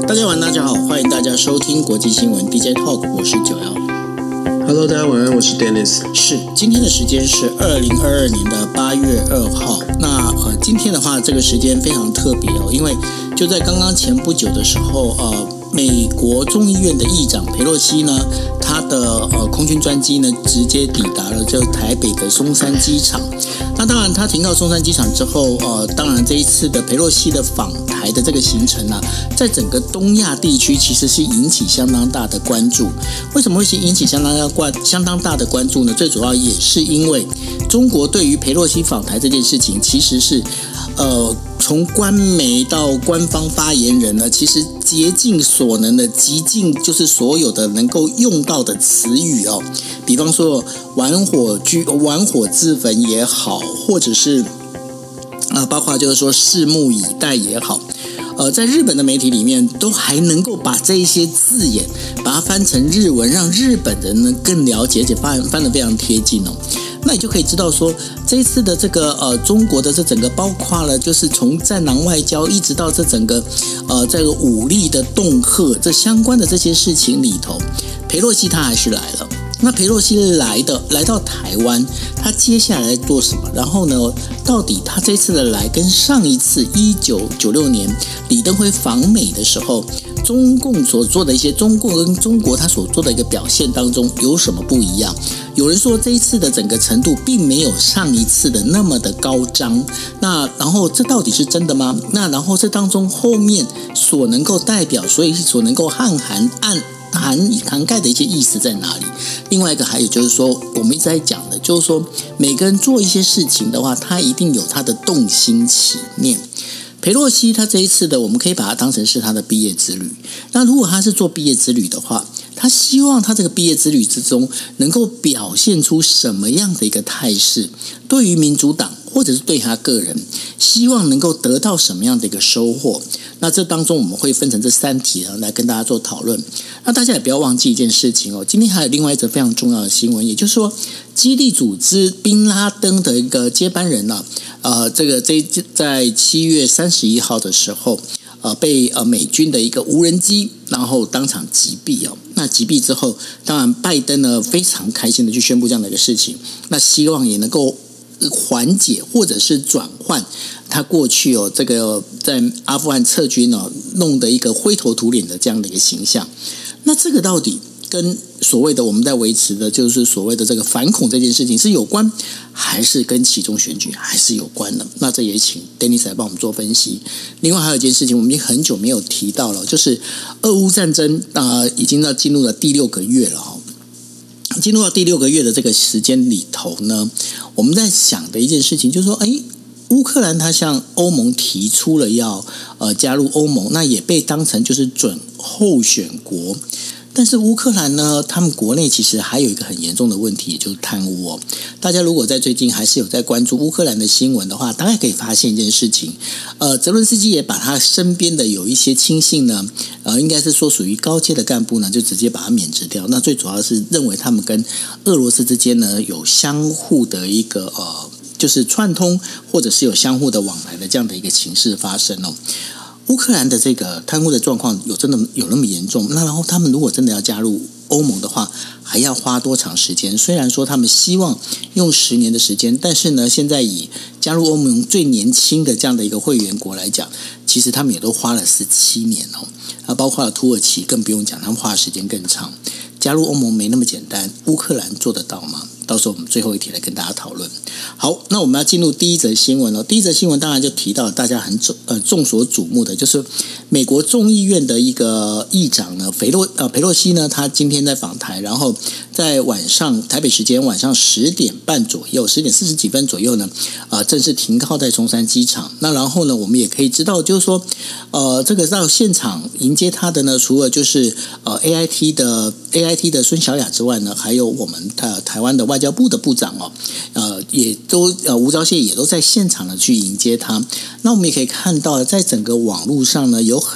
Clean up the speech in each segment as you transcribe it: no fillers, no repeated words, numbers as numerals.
大家晚安，大家好，欢迎大家收听国际新闻 DJ Talk， 我是9L。 Hello， 大家晚安，我是 Dennis。 是，今天的时间是2022年的8月2号。那今天的话，这个时间非常特别哦，因为就在刚刚前不久的时候，美国众议院的议长裴洛西呢，他的空军专机呢，直接抵达了这台北的松山机场。那当然，他停到松山机场之后，当然这一次的裴洛西的访台的这个行程啊，在整个东亚地区其实是引起相当大的关注。为什么会引起相当大的关注呢？最主要也是因为中国对于裴洛西访台这件事情，其实是从官媒到官方发言人呢，其实竭尽所能的极尽就是所有的能够用到的词语哦，比方说玩火自焚也好，或者是包括就是说拭目以待也好，在日本的媒体里面都还能够把这一些字眼把它翻成日文，让日本人呢更了解，而且翻得非常贴近哦。那你就可以知道说，这一次的这个中国的这整个包括了，就是从战狼外交一直到这整个这个武力的恫吓，这相关的这些事情里头，裴洛西他还是来了。那裴洛西来到台湾，他接下来做什么？然后呢，到底他这次的来跟上一次1996年李登辉访美的时候，中共所做的一些中共跟中国他所做的一个表现当中有什么不一样？有人说这一次的整个程度并没有上一次的那么的高涨，那然后这到底是真的吗？那然后这当中后面所能够代表，所以所能够涵盖的一些意思在哪里？另外一个还有就是说，我们一直在讲的，就是说每个人做一些事情的话，他一定有他的动心起念。裴洛西他这一次的，我们可以把它当成是他的毕业之旅。那如果他是做毕业之旅的话，他希望他这个毕业之旅之中能够表现出什么样的一个态势？对于民主党或者是对他个人，希望能够得到什么样的一个收获？那这当中我们会分成这3题来跟大家做讨论。那大家也不要忘记一件事情哦，今天还有另外一则非常重要的新闻，也就是说，基地组织宾拉登的一个接班人呢，在7月31号的时候，被美军的一个无人机然后当场击毙哦。那击毙之后，当然拜登呢非常开心的去宣布这样的一个事情，那希望也能够缓解或者是转换他过去这个在阿富汗撤军弄得一个灰头土脸的这样的一个形象。那这个到底跟所谓的我们在维持的就是所谓的这个反恐这件事情是有关，还是跟期中选举还是有关的？那这也请 Dennis 来帮我们做分析。另外还有一件事情我们已经很久没有提到了，就是俄乌战争已经进入了第6个月了哦。进入到第6个月的这个时间里头呢，我们在想的一件事情就是说，乌克兰他向欧盟提出了要加入欧盟，那也被当成就是准候选国。但是乌克兰呢，他们国内其实还有一个很严重的问题，也就是贪污哦。大家如果在最近还是有在关注乌克兰的新闻的话，大概可以发现一件事情，泽伦斯基也把他身边的有一些亲信呢，应该是说属于高阶的干部呢，就直接把他免职掉。那最主要是认为他们跟俄罗斯之间呢有相互的一个就是串通，或者是有相互的往来的这样的一个情势发生哦。乌克兰的这个贪污的状况真的有那么严重？那然后他们如果真的要加入欧盟的话，还要花多长时间？虽然说他们希望用10年的时间，但是呢，现在以加入欧盟最年轻的这样的一个会员国来讲，其实他们也都花了17年哦。包括了土耳其更不用讲，他们花的时间更长。加入欧盟没那么简单，乌克兰做得到吗？到时候我们最后一题来跟大家讨论。好，那我们要进入第一则新闻了。第一则新闻当然就提到大家很众所瞩目的，就是美国众议院的一个议长呢，裴洛西呢，他今天在访台，然后在晚上台北时间晚上10点半左右，10点40几分左右呢，正式停靠在松山机场。那然后呢，我们也可以知道，就是说，这个到现场迎接他的呢，除了就是AIT 的孙小雅之外呢，还有我们台湾的外交部的部长也都吴钊燮也都在现场的去迎接他。那我们也可以看到，在整个网络上呢，有很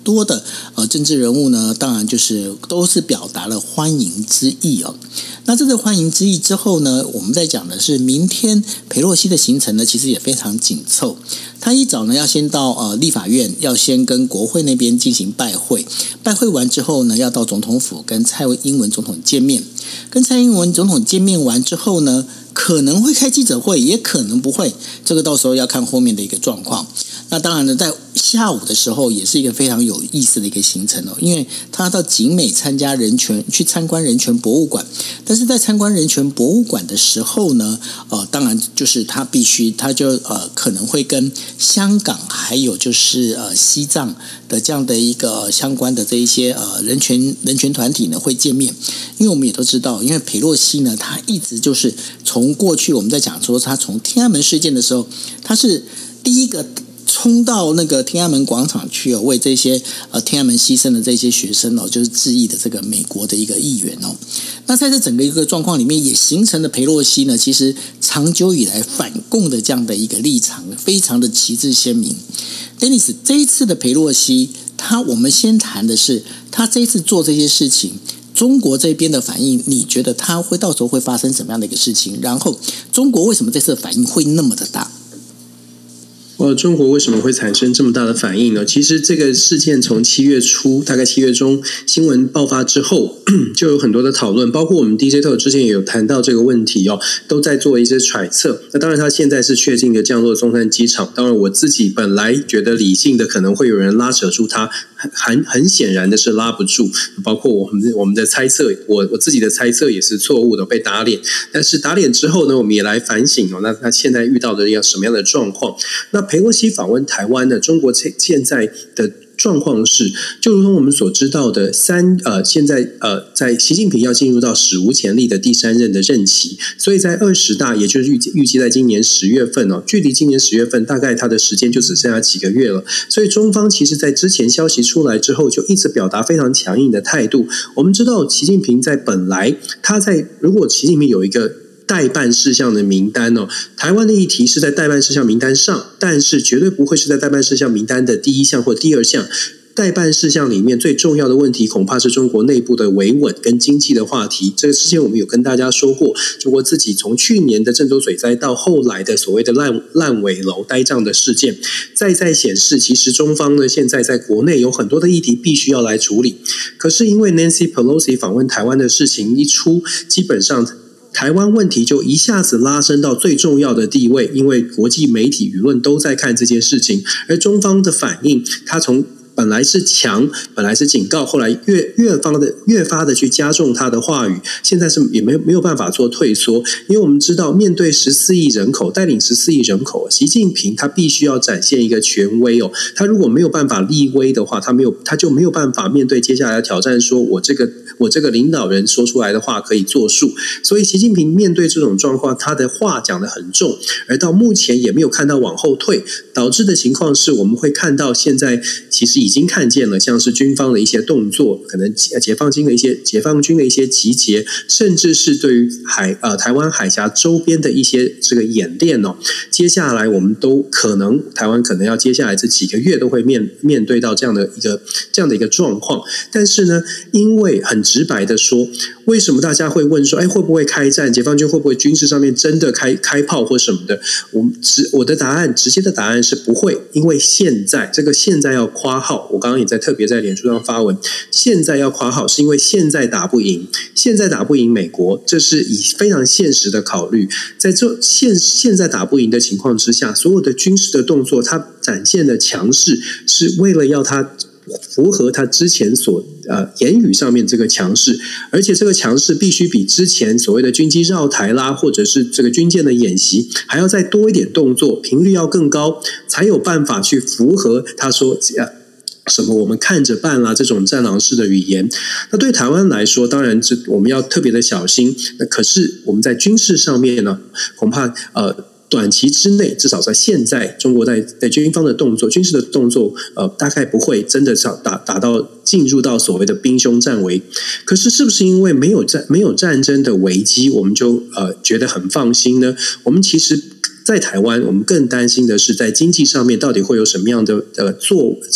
多的政治人物呢，当然就是都是表达了欢迎之意哦。那这个欢迎之意之后呢，我们在讲的是明天裴洛西的行程呢，其实也非常紧凑。他一早呢要先到立法院，要先跟国会那边进行拜会，拜会完之后呢，要到总统府跟蔡英文总统见面。跟蔡英文总统见面完之后呢，可能会开记者会，也可能不会，这个到时候要看后面的一个状况。那当然呢，在下午的时候也是一个非常有意思的一个行程哦，因为他到景美去参观人权博物馆，但是在参观人权博物馆的时候呢，当然就是他就可能会跟香港还有就是西藏的这样的一个相关的这一些人权团体呢会见面，因为我们也都知道，因为裴洛西呢，他一直就是从过去我们在讲说他从天安门事件的时候，他是第一个冲到那个天安门广场去为这些天安门牺牲的这些学生就是致意的这个美国的一个议员哦。那在这整个一个状况里面，也形成了裴洛西呢，其实长久以来反共的这样的一个立场，非常的旗帜鲜明。Dennis， 这一次的裴洛西，我们先谈的是他这一次做这些事情，中国这边的反应，你觉得他会到时候会发生什么样的一个事情？然后中国为什么这次的反应会那么的大？ 中国为什么会产生这么大的反应呢？其实这个事件从7月初，大概7月中新闻爆发之后，就有很多的讨论，包括我们 DJ Talk 之前也有谈到这个问题都在做一些揣测。那当然他现在是确定的降落松山机场，当然我自己本来觉得理性的可能会有人拉扯住他，很显然的是拉不住，包括我们的猜测，我自己的猜测也是错误的，被打脸。但是打脸之后呢，我们也来反省那现在遇到的一个什么样的状况？那裴洛西访问台湾呢？中国现在的状况是，就如同我们所知道的，现在在习近平要进入到史无前例的第3任的任期，所以在20大，也就是预计在今年10月份距离今年10月份大概他的时间就只剩下几个月了。所以中方其实在之前消息出来之后，就一直表达非常强硬的态度。我们知道习近平如果习近平有一个待办事项的名单台湾的议题是在待办事项名单上，但是绝对不会是在待办事项名单的第1项或第2项。待办事项里面最重要的问题，恐怕是中国内部的维稳跟经济的话题。这个之前我们有跟大家说过，中国自己从去年的郑州水灾到后来的所谓的烂尾楼呆账的事件，再显示，其实中方呢现在在国内有很多的议题必须要来处理。可是因为 Nancy Pelosi 访问台湾的事情一出，基本上台湾问题就一下子拉升到最重要的地位，因为国际媒体舆论都在看这件事情，而中方的反应，他从本来是强，本来是警告，后来越发的去加重他的话语，现在是也没有办法做退缩，因为我们知道面对14亿人口，带领14亿人口，习近平他必须要展现一个权威他如果没有办法立威的话，他就没有办法面对接下来的挑战，说我这个领导人说出来的话可以作数。所以习近平面对这种状况，他的话讲得很重，而到目前也没有看到往后退，导致的情况是我们会看到现在其实已经看见了，像是军方的一些动作，可能解放军的一些集结，甚至是对于台湾海峡周边的一些这个演练接下来我们都台湾可能要接下来这几个月都会面对到这样的一个状况。但是呢，因为很直白的说，为什么大家会问说，会不会开战？解放军会不会军事上面真的开炮或什么的？我的直接的答案是不会，因为现在要括号，我刚刚也特别在脸书上发文，现在要括号是因为现在打不赢美国，这是以非常现实的考虑。在现在打不赢的情况之下，所有的军事的动作，它展现的强势是为了要它符合他之前所言语上面这个强势，而且这个强势必须比之前所谓的军机绕台啦，或者是这个军舰的演习还要再多一点动作，频率要更高，才有办法去符合他说什么我们看着办啦这种战狼式的语言。那对台湾来说，当然我们要特别的小心。那可是我们在军事上面呢，恐怕短期之内，至少在现在，中国在军方的动作、军事的动作，大概不会真的打到进入到所谓的兵凶战危。可是，是不是因为没有战争的危机，我们就觉得很放心呢？我们其实，在台湾，我们更担心的是在经济上面到底会有什么样的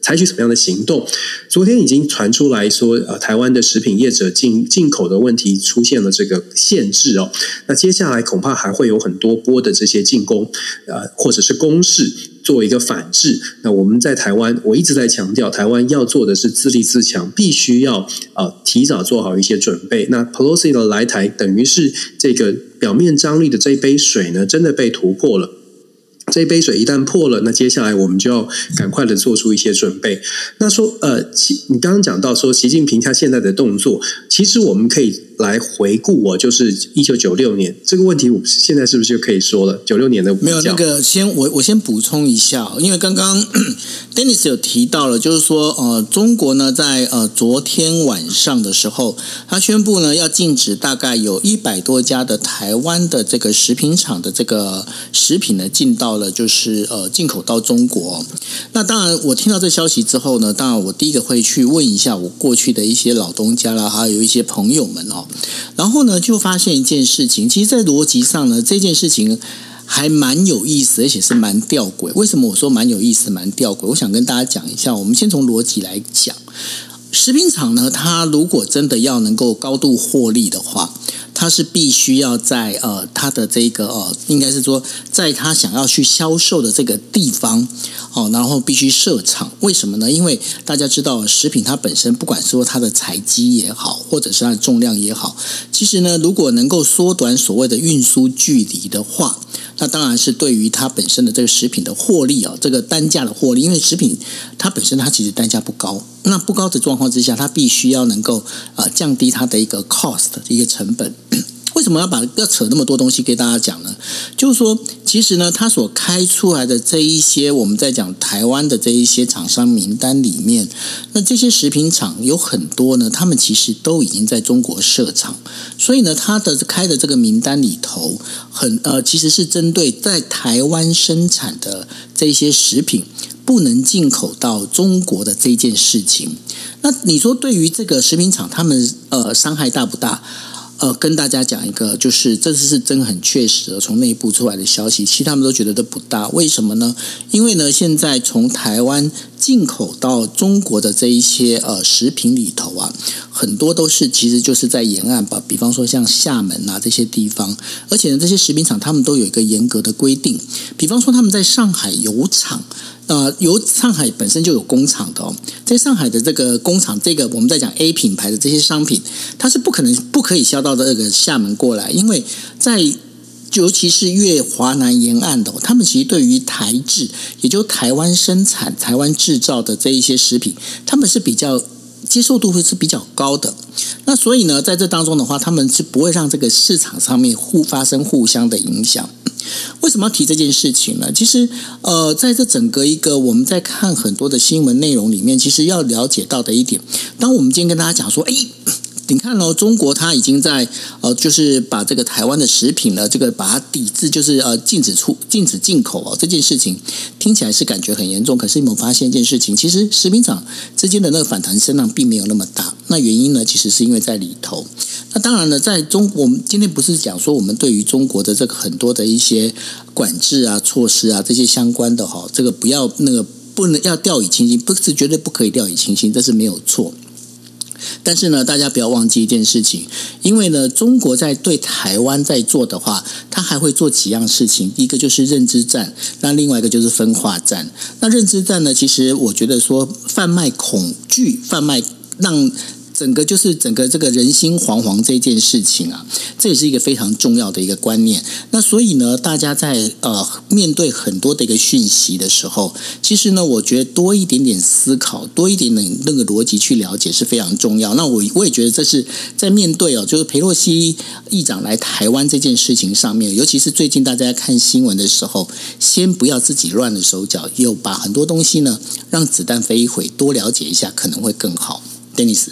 采取什么样的行动？昨天已经传出来说，台湾的食品业者进口的问题出现了这个限制哦。那接下来恐怕还会有很多波的这些进攻，或者是攻势做一个反制。那我们在台湾，我一直在强调，台湾要做的是自立自强，必须要提早做好一些准备。那 Pelosi 的来台，等于是这个表面张力的这一杯水呢，真的被突破了。这一杯水一旦破了，那接下来我们就要赶快的做出一些准备。那说你刚刚讲到说习近平他现在的动作，其实我们可以来回顾就是1996年这个问题，我现在是不是就可以说了96年的没有那个我先补充一下，因为刚刚 Dennis 有提到了，就是说中国呢在昨天晚上的时候，他宣布呢要禁止大概有100多家的台湾的这个食品厂的这个食品呢进到了就是进口到中国。那当然我听到这消息之后呢，当然我第一个会去问一下我过去的一些老东家啦，还有一些朋友们然后呢就发现一件事情，其实在逻辑上呢这件事情还蛮有意思，而且是蛮吊诡。为什么我说蛮有意思蛮吊诡？我想跟大家讲一下，我们先从逻辑来讲。食品厂呢，它如果真的要能够高度获利的话，它是必须要在它的这个应该是说在它想要去销售的这个地方然后必须设厂。为什么呢？因为大家知道食品它本身不管说它的采集也好，或者是它的重量也好，其实呢如果能够缩短所谓的运输距离的话，那当然是对于它本身的这个食品的获利这个单价的获利，因为食品它本身它其实单价不高，那不高的状况之下，它必须要能够降低它的一个 cost 一个成本。为什么要扯那么多东西给大家讲呢？就是说其实呢它所开出来的这一些我们在讲台湾的这一些厂商名单里面，那这些食品厂有很多呢，他们其实都已经在中国设厂，所以呢它的开的这个名单里头其实是针对在台湾生产的这些食品不能进口到中国的这件事情。那你说对于这个食品厂他们伤害大不大？跟大家讲一个，就是这是真很确实的从内部出来的消息，其实他们都觉得都不大。为什么呢？因为呢现在从台湾进口到中国的这一些食品里头很多都是其实就是在沿岸比方说像厦门这些地方，而且呢这些食品厂他们都有一个严格的规定，比方说他们在上海有厂，上海本身就有工厂的在上海的这个工厂，这个我们在讲 A 品牌的这些商品，它是不可以销到这个厦门过来，因为尤其是越华南沿岸的他们其实对于台制，也就台湾生产、台湾制造的这一些食品，他们是比较接受度会是比较高的。那所以呢，在这当中的话，他们是不会让这个市场上面发生互相的影响。为什么要提这件事情呢？其实在这整个一个我们在看很多的新闻内容里面，其实要了解到的一点，当我们今天跟大家讲说你看中国它已经在就是把这个台湾的食品呢，这个把它抵制，就是禁止进口这件事情，听起来是感觉很严重。可是你有没有发现一件事情？其实食品厂之间的那个反弹声浪并没有那么大。那原因呢，其实是因为在里头。那当然了，我们今天不是讲说我们对于中国的这个很多的一些管制措施这些相关的这个不能要掉以轻心，不是绝对不可以掉以轻心，这是没有错。但是呢，大家不要忘记一件事情，因为呢，中国在对台湾在做的话，它还会做几样事情。一个就是认知战，那另外一个就是分化战。那认知战呢，其实我觉得说贩卖恐惧，让整个这个人心惶惶这件事情这也是一个非常重要的一个观念。那所以呢，大家在面对很多的一个讯息的时候，其实呢，我觉得多一点点思考，多一点点那个逻辑去了解是非常重要。那我也觉得这是在面对就是裴洛西议长来台湾这件事情上面，尤其是最近大家在看新闻的时候，先不要自己乱了手脚，有把很多东西呢让子弹飞一回，多了解一下可能会更好。Dennis。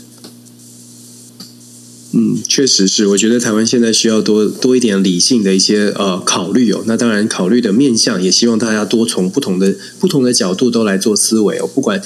确实是，我觉得台湾现在需要多一点理性的一些考虑那当然考虑的面向，也希望大家多从不同的角度都来做思维不管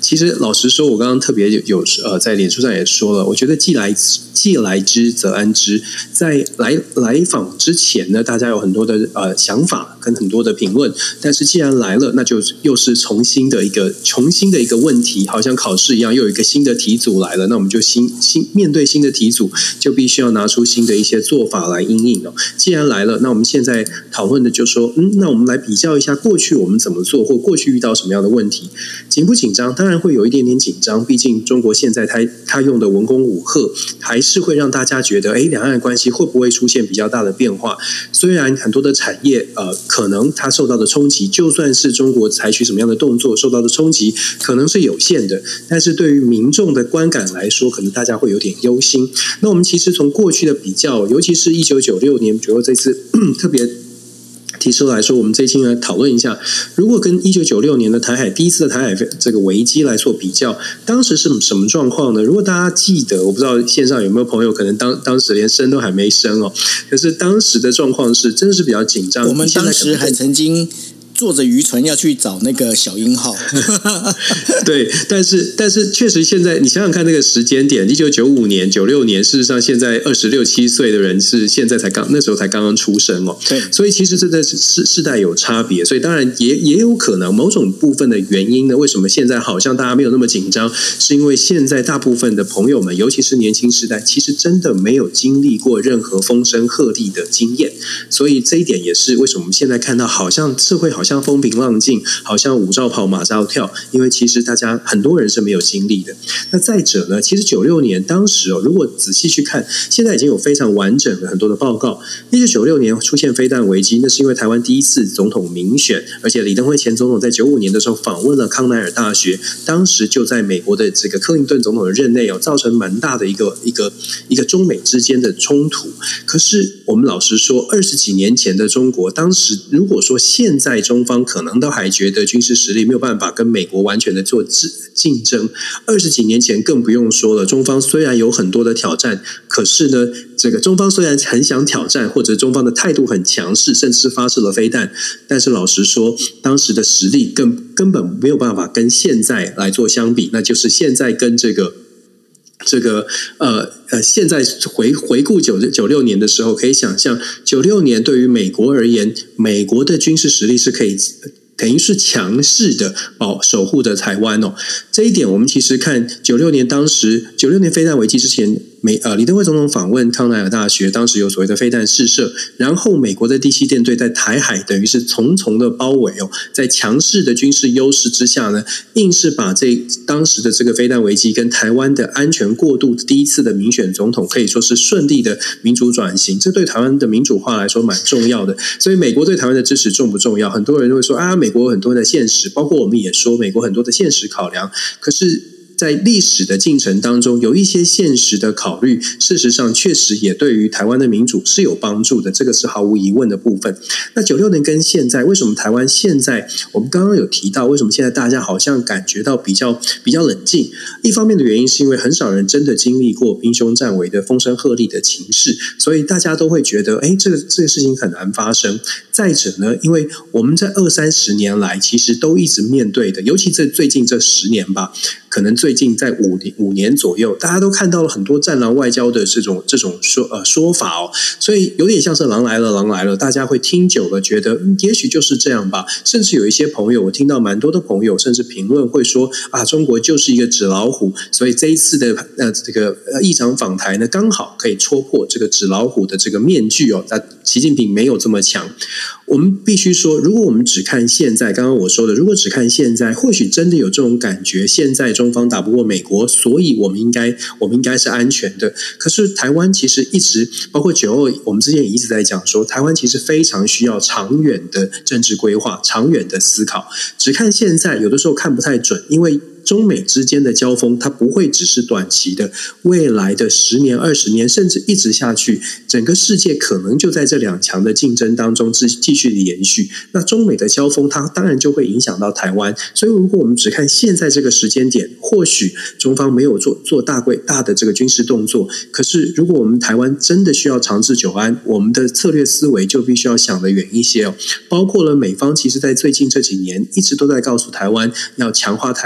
其实老实说，我刚刚特别有在脸书上也说了，我觉得既来之则安之。在来访之前呢，大家有很多的想法跟很多的评论，但是既然来了，那就又是重新的一个问题，好像考试一样，又有一个新的题组来了，那我们就面对新的题组，就必须要拿出新的一些做法来因应哦。既然来了，那我们现在讨论的就说，那我们来比较一下过去我们怎么做，或过去遇到什么样的问题，紧不紧张？当然会有一点点紧张，毕竟中国现在他用的文攻武吓，还是会让大家觉得，两岸关系会不会出现比较大的变化？虽然很多的产业可能它受到的冲击，就算是中国采取什么样的动作，受到的冲击可能是有限的，但是对于民众的观感来说，可能大家会有点忧心。那我们其实从过去的比较，尤其是1996年，觉得这次特别提出来说，我们这一期来讨论一下，如果跟1996年的第一次的台海这个危机来做比较，当时是什么状况呢？如果大家记得，我不知道线上有没有朋友可能当时连生都还没生哦，可是当时的状况是真的是比较紧张。 我们当时还曾经坐着渔船要去找那个小鹰号对，但是确实现在你想想看那个时间点，1995年96年，事实上现在26、7岁的人是现在那时候才刚刚出生哦。 对， 所以其实这个世代有差别，所以当然也有可能某种部分的原因呢，为什么现在好像大家没有那么紧张，是因为现在大部分的朋友们，尤其是年轻世代，其实真的没有经历过任何风声鹤唳的经验，所以这一点也是为什么我们现在看到好像社会好像风平浪静，好像舞照跑马照跳，因为其实大家很多人是没有经历的。那再者呢，其实96年当时如果仔细去看，现在已经有非常完整的很多的报告。1996年出现飞弹危机，那是因为台湾第一次总统民选，而且李登辉前总统在95年的时候访问了康奈尔大学，当时就在美国的这个克林顿总统的任内造成蛮大的一个中美之间的冲突。可是我们老实说，20几年前的中国，当时如果说现在中方可能都还觉得军事实力没有办法跟美国完全的做竞争，20几年前更不用说了。中方虽然有很多的挑战，可是呢，这个中方虽然很想挑战，或者中方的态度很强势，甚至发射了飞弹，但是老实说，当时的实力根本没有办法跟现在来做相比，那就是现在跟现在回顾96年的时候，可以想象96年对于美国而言，美国的军事实力是可以等于是强势的守护的台湾哦。这一点我们其实看96年飞弹危机之前，李登辉总统访问康奈尔大学，当时有所谓的飞弹试射，然后美国的第7舰队在台海等于是重重的包围哦，在强势的军事优势之下呢，硬是把当时的这个飞弹危机跟台湾的安全过渡第一次的民选总统可以说是顺利的民主转型，这对台湾的民主化来说蛮重要的。所以美国对台湾的支持重不重要？很多人都会说美国有很多的现实，包括我们也说美国很多的现实考量，可是在历史的进程当中，有一些现实的考虑，事实上确实也对于台湾的民主是有帮助的，这个是毫无疑问的部分。那96年跟现在，为什么台湾现在，我们刚刚有提到，为什么现在大家好像感觉到比较冷静？一方面的原因是因为很少人真的经历过兵凶战危的风声鹤唳的情势，所以大家都会觉得，这个事情很难发生。再者呢，因为我们在20-30年来其实都一直面对的，尤其最近这10年吧，可能最近在5年左右，大家都看到了很多战狼外交的这种说法哦，所以有点像是狼来了，大家会听久了，觉得也许就是这样吧。甚至有一些朋友，我听到蛮多的朋友，甚至评论会说中国就是一个纸老虎，所以这一次的这个议长访台呢，刚好可以戳破这个纸老虎的这个面具哦。那习近平没有这么强。我们必须说，如果我们只看现在，刚刚我说的，如果只看现在，或许真的有这种感觉，现在中方打不过美国，所以我们应该是安全的。可是台湾其实一直，包括9·2，我们之前也一直在讲说，台湾其实非常需要长远的政治规划，长远的思考。只看现在，有的时候看不太准，因为中美之间的交锋，它不会只是短期的，未来的10年、20年，甚至一直下去，整个世界可能就在这两强的竞争当中继续的延续。那中美的交锋，它当然就会影响到台湾。所以，如果我们只看现在这个时间点，或许中方没有做大的这个军事动作。可是，如果我们台湾真的需要长治久安，我们的策略思维就必须要想得远一些哦。包括了美方，其实在最近这几年一直都在告诉台湾要强化台湾，包括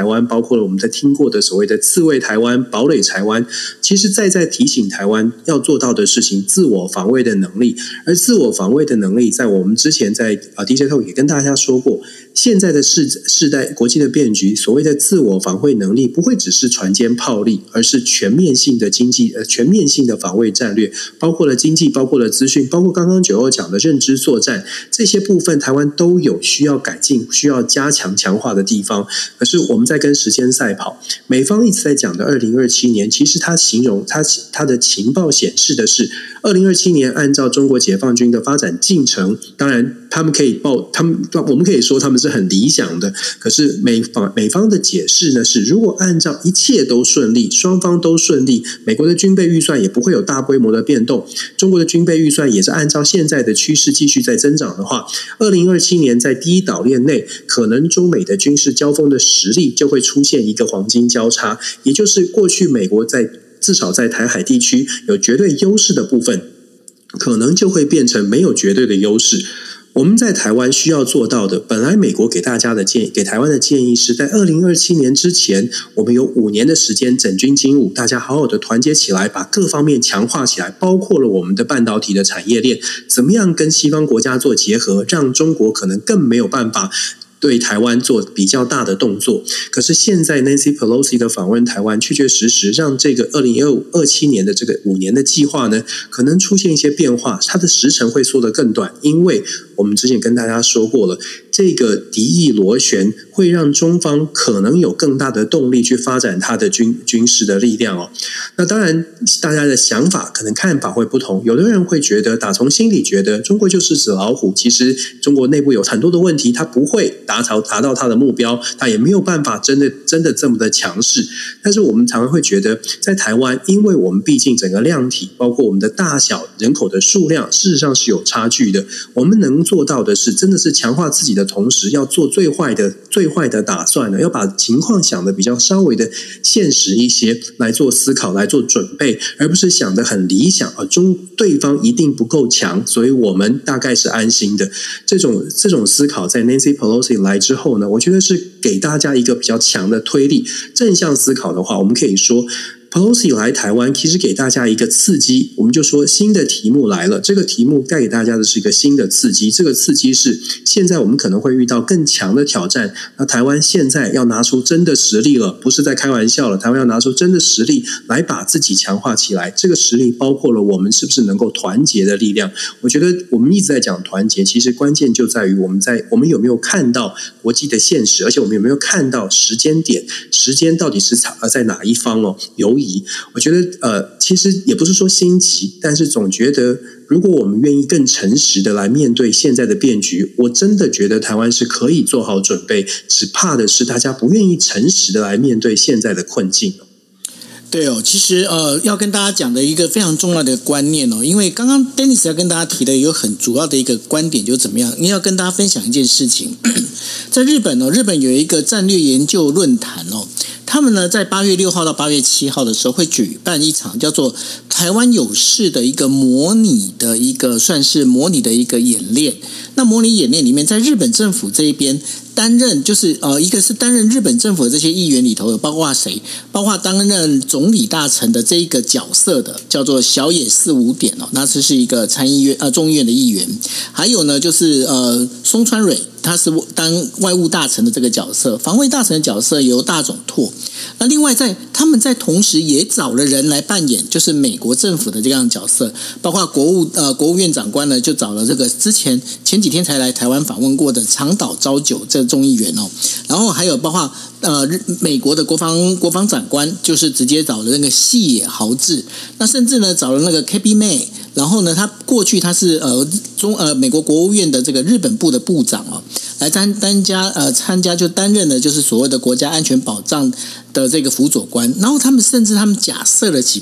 括了我们在听过的所谓的自卫台湾、堡垒台湾，其实在提醒台湾要做到的事情，自我防卫的能力。而自我防卫的能力，在我们之前在DJ Talk 也跟大家说过，现在的世代国际的变局，所谓的自我防卫能力，不会只是船坚炮利，而是全面性的经济全面性的防卫战略，包括了经济，包括了资讯，包括刚刚9号讲的认知作战，这些部分台湾都有需要改进、需要加强强化的地方。可是我们在跟时间赛跑，美方一直在讲的2027年，其实他形容他的情报显示的是2027年按照中国解放军的发展进程，当然我们可以说他们是很理想的，可是美方的解释呢是，如果按照一切都顺利，双方都顺利，美国的军备预算也不会有大规模的变动，中国的军备预算也是按照现在的趋势继续在增长的话，2027年在第一岛链内，可能中美的军事交锋的实力就会出现一个黄金交叉，也就是过去美国至少在台海地区有绝对优势的部分，可能就会变成没有绝对的优势。我们在台湾需要做到的，本来美国给台湾的建议是在2027年之前，我们有5年的时间整军经武，大家好好的团结起来，把各方面强化起来，包括了我们的半导体的产业链，怎么样跟西方国家做结合，让中国可能更没有办法对台湾做比较大的动作。可是现在 Nancy Pelosi 的访问台湾，确确实实让这个2027年的这个5年的计划呢，可能出现一些变化，它的时程会缩得更短，因为我们之前跟大家说过了，这个敌意螺旋会让中方可能有更大的动力去发展它的军事的力量哦。那当然，大家的想法可能看法会不同，有的人会觉得，打从心里觉得中国就是纸老虎，其实中国内部有很多的问题，它不会达到它的目标，它也没有办法真的这么的强势。但是我们常常会觉得，在台湾，因为我们毕竟整个量体，包括我们的大小、人口的数量，事实上是有差距的。我们能做到的是，真的是强化自己的同时，要做最坏的打算呢，要把情况想得比较稍微的现实一些，来做思考，来做准备，而不是想得很理想对方一定不够强，所以我们大概是安心的。这种思考在 Nancy Pelosi 来之后呢，我觉得是给大家一个比较强的推力。正向思考的话，我们可以说Pelosi 来台湾其实给大家一个刺激，我们就说新的题目来了，这个题目带给大家的是一个新的刺激，这个刺激是现在我们可能会遇到更强的挑战，那台湾现在要拿出真的实力了，不是在开玩笑了，台湾要拿出真的实力来把自己强化起来，这个实力包括了我们是不是能够团结的力量。我觉得我们一直在讲团结，其实关键就在于我们有没有看到国际的现实，而且我们有没有看到时间点，时间到底是在哪一方我觉得其实也不是说心急，但是总觉得如果我们愿意更诚实的来面对现在的变局，我真的觉得台湾是可以做好准备，只怕的是大家不愿意诚实的来面对现在的困境。 对哦，其实要跟大家讲的一个非常重要的观念哦，因为刚刚 Dennis 要跟大家提的有很主要的一个观点，就是怎么样，你要跟大家分享一件事情，在日本有一个战略研究论坛哦，他们呢在8月6号到8月7号的时候会举办一场叫做台湾有事的一个模拟的一个算是模拟的一个演练。那模拟演练里面，在日本政府这一边担任就是一个是担任日本政府的这些议员里头有包括谁？包括担任总理大臣的这一个角色的叫做小野4-5点哦，那这是一个众议院的议员。还有呢就是松川蕊，他是当外务大臣的这个角色，防卫大臣的角色由大冢拓。那另外他们在同时也找了人来扮演就是美国政府的这样的角色，包括国务院长官呢就找了这个前几天才来台湾访问过的长岛昭久这众议员哦，然后还有包括美国的国防长官就是直接找了那个细野豪志，那甚至呢找了那个 KB May， 然后呢他过去他是美国国务院的这个日本部的部长哦，来参加就担任了就是所谓的国家安全保障的这个辅佐官。然后他们假设了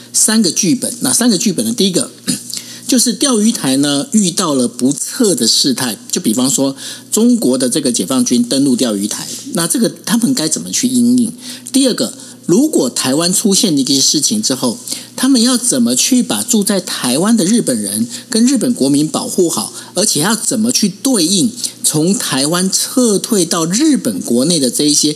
3个剧本，哪3个剧本呢？第一个就是钓鱼台呢遇到了不测的事态，就比方说中国的这个解放军登陆钓鱼台，那这个他们该怎么去因应？第二个，如果台湾出现一些事情之后，他们要怎么去把住在台湾的日本人跟日本国民保护好，而且要怎么去对应从台湾撤退到日本国内的这一些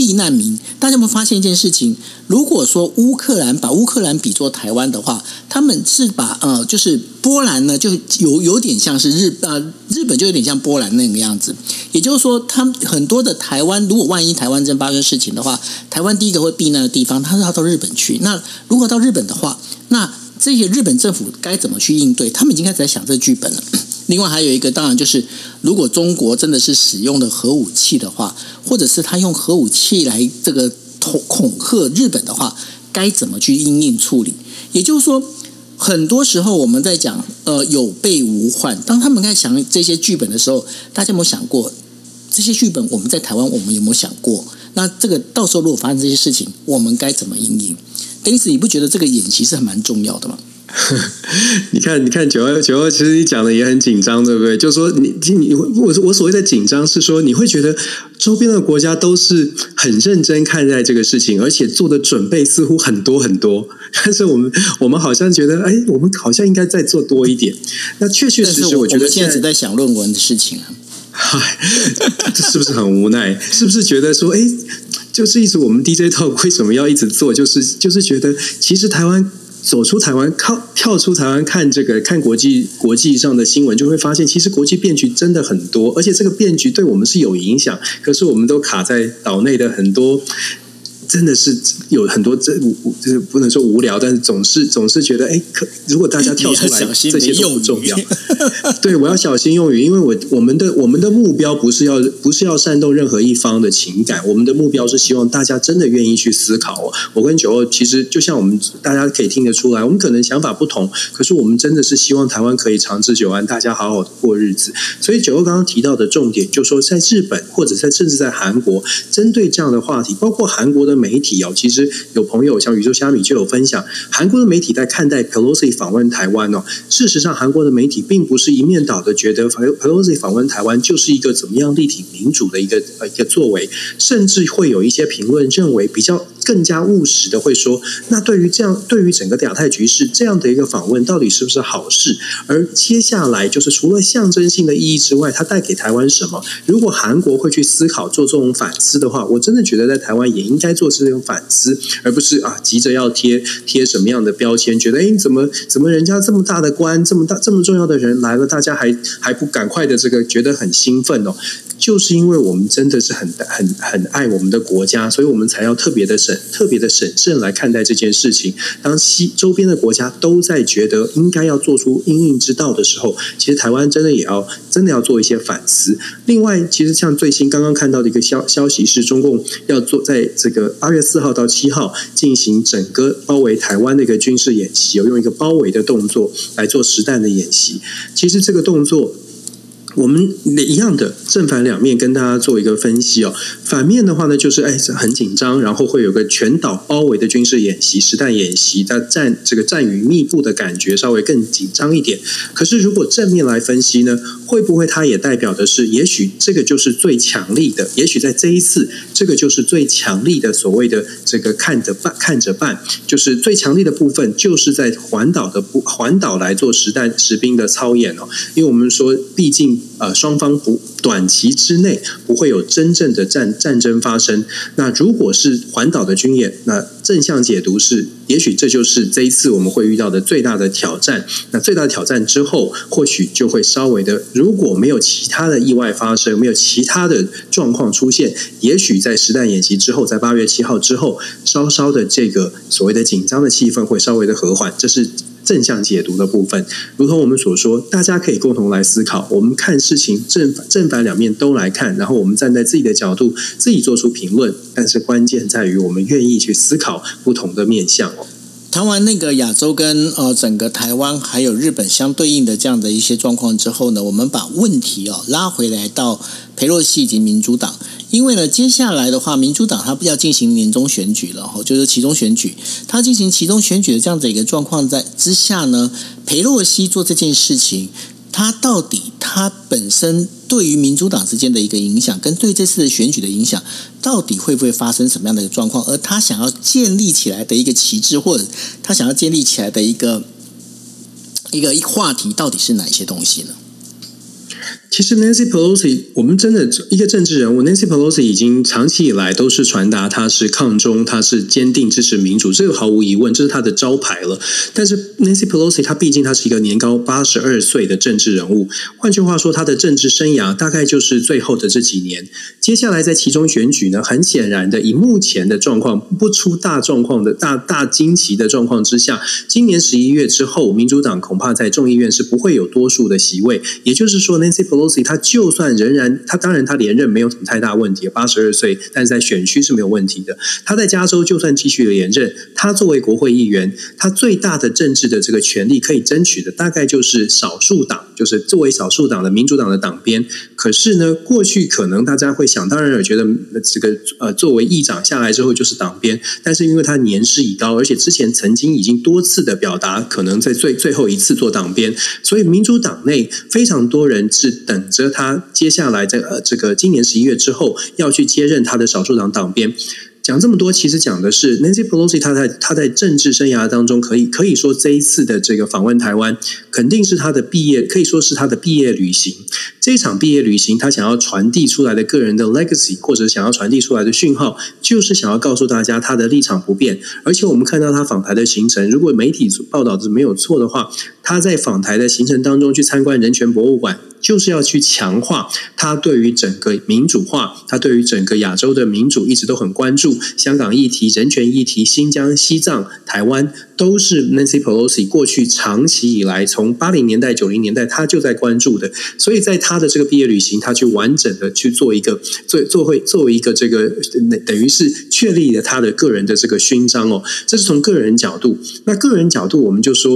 避难民。大家有没有发现一件事情？如果说把乌克兰比作台湾的话，他们是把就是波兰呢，就有点像是日本就有点像波兰那个样子。也就是说，他们很多的台湾，如果万一台湾真发生事情的话，台湾第一个会避难的地方，他是要到日本去。那如果到日本的话，那这些日本政府该怎么去应对？他们已经开始在想这个剧本了。另外还有一个，当然就是如果中国真的是使用了核武器的话，或者是他用核武器来这个恐吓日本的话，该怎么去因应处理？也就是说，很多时候我们在讲有备无患。当他们在想这些剧本的时候，大家有没有想过，这些剧本我们在台湾我们有没有想过？那这个到时候如果发生这些事情，我们该怎么因应？等于是你不觉得这个演习是蛮重要的吗？ 你看九二，其实你讲的也很紧张，对不对？就是说我所谓的紧张是说，你会觉得周边的国家都是很认真看待这个事情，而且做的准备似乎很多很多，但是我们好像觉得，我们好像应该再做多一点。那确实我觉得现在只在想论文的事情啊。 这是不是很无奈？是不是觉得说，就是一直我们 DJ Talk 为什么要一直做？就是觉得其实台湾。走出台湾，跳出台湾看国际上的新闻，就会发现其实国际变局真的很多，而且这个变局对我们是有影响。可是我们都卡在岛内的很多，真的是有很多就是不能说无聊，但是总是觉得如果大家跳出来，这些都不重要。对，我要小心用语，因为我们的目标不是要煽动任何一方的情感，我们的目标是希望大家真的愿意去思考。我跟92其实就像我们大家可以听得出来，我们可能想法不同，可是我们真的是希望台湾可以长治久安，大家好好的过日子。所以92刚刚提到的重点，就是说在日本或者甚至在韩国，针对这样的话题，包括韩国的媒体其实有朋友像宇宙虾米就有分享，韩国的媒体在看待 Pelosi 访问台湾事实上韩国的媒体并不是一面倒的觉得 Pelosi 访问台湾就是一个怎么样力挺民主的一个作为，甚至会有一些评论认为比较更加务实的会说，那对于整个亚太局势这样的一个访问到底是不是好事？而接下来就是除了象征性的意义之外，它带给台湾什么？如果韩国会去思考做这种反思的话，我真的觉得在台湾也应该做这种反思，而不是急着要贴什么样的标签，觉得怎么人家这么大的官，这么重要的人来了，大家还不赶快的觉得很兴奋就是因为我们真的是很爱我们的国家，所以我们才要特别的审慎来看待这件事情。当周边的国家都在觉得应该要做出因应之道的时候，其实台湾真的要做一些反思。另外，其实像最新刚刚看到的一个消息是，中共要在这个8月4号到7号进行整个包围台湾的一个军事演习，用一个包围的动作来做实弹的演习。其实这个动作我们一样的正反两面跟大家做一个分析反面的话呢，就是很紧张，然后会有个全岛包围的军事演习、实弹演习，战云密布的感觉稍微更紧张一点。可是如果正面来分析呢，会不会它也代表的是，也许这个就是最强力的，也许在这一次这个就是最强力的所谓的这个看着办，就是最强力的部分就是在环岛来做实兵的操演因为我们说毕竟双方短期之内不会有真正的战争发生。那如果是环岛的军演，那正向解读是，也许这就是这一次我们会遇到的最大的挑战。那最大的挑战之后，或许就会稍微的，如果没有其他的意外发生，没有其他的状况出现，也许在实弹演习之后，在8月7号之后，稍稍的这个所谓的紧张的气氛会稍微的和缓，这是正向解读的部分。如同我们所说，大家可以共同来思考，我们看事情正反两面都来看，然后我们站在自己的角度自己做出评论，但是关键在于我们愿意去思考不同的面向谈完那个亚洲跟整个台湾还有日本相对应的这样的一些状况之后呢，我们把问题拉回来到裴洛西以及民主党。因为呢，接下来的话，民主党他要进行年终选举了，就是期中选举。他进行期中选举的这样的一个状况之下呢，裴洛西做这件事情，他到底他本身对于民主党之间的一个影响，跟对这次的选举的影响，到底会不会发生什么样的一个状况？而他想要建立起来的一个旗帜，或者他想要建立起来的一个话题，到底是哪些东西呢？ 其实 Nancy Pelosi 我们真的一个政治人物 Nancy Pelosi 已经长期以来都是传达他是抗中，他是坚定支持民主，这个毫无疑问，这是他的招牌了。但是 Nancy Pelosi 他毕竟他是一个年高82岁的政治人物，换句话说他的政治生涯大概就是最后的这几年，接下来在其中选举呢，很显然的以目前的状况不出大状况的大惊奇的状况之下，今年11月之后民主党恐怕在众议院是不会有多数的席位，也就是说 Nancy Pelosi他就算仍然当然他连任没有什么太大问题，82岁，但是在选区是没有问题的。他在加州就算继续连任，他作为国会议员，他最大的政治的这个权利可以争取的大概就是少数党，就是作为少数党的民主党的党鞭。可是呢，过去可能大家会想当然有觉得这个作为议长下来之后就是党鞭，但是因为他年事已高，而且之前曾经已经多次的表达可能在最后一次做党鞭，所以民主党内非常多人是等着他接下来在这个今年11月之后要去接任他的少数党党鞭。讲这么多，其实讲的是 Nancy Pelosi 他在政治生涯当中可以说这一次的这个访问台湾，肯定是他的毕业，可以说是他的毕业旅行。这一场毕业旅行，他想要传递出来的个人的 legacy， 或者想要传递出来的讯号，就是想要告诉大家他的立场不变。而且我们看到他访台的行程，如果媒体报道的没有错的话，他在访台的行程当中去参观人权博物馆，就是要去强化他对于整个民主化，他对于整个亚洲的民主一直都很关注。香港议题、人权议题、新疆、西藏、台湾，都是 Nancy Pelosi 过去长期以来从80年代、90年代他就在关注的。所以在他的这个毕业旅行，他去完整的去做一个作为一个这个等于是确立了他的个人的这个勋章哦。这是从个人角度。那个人角度我们就说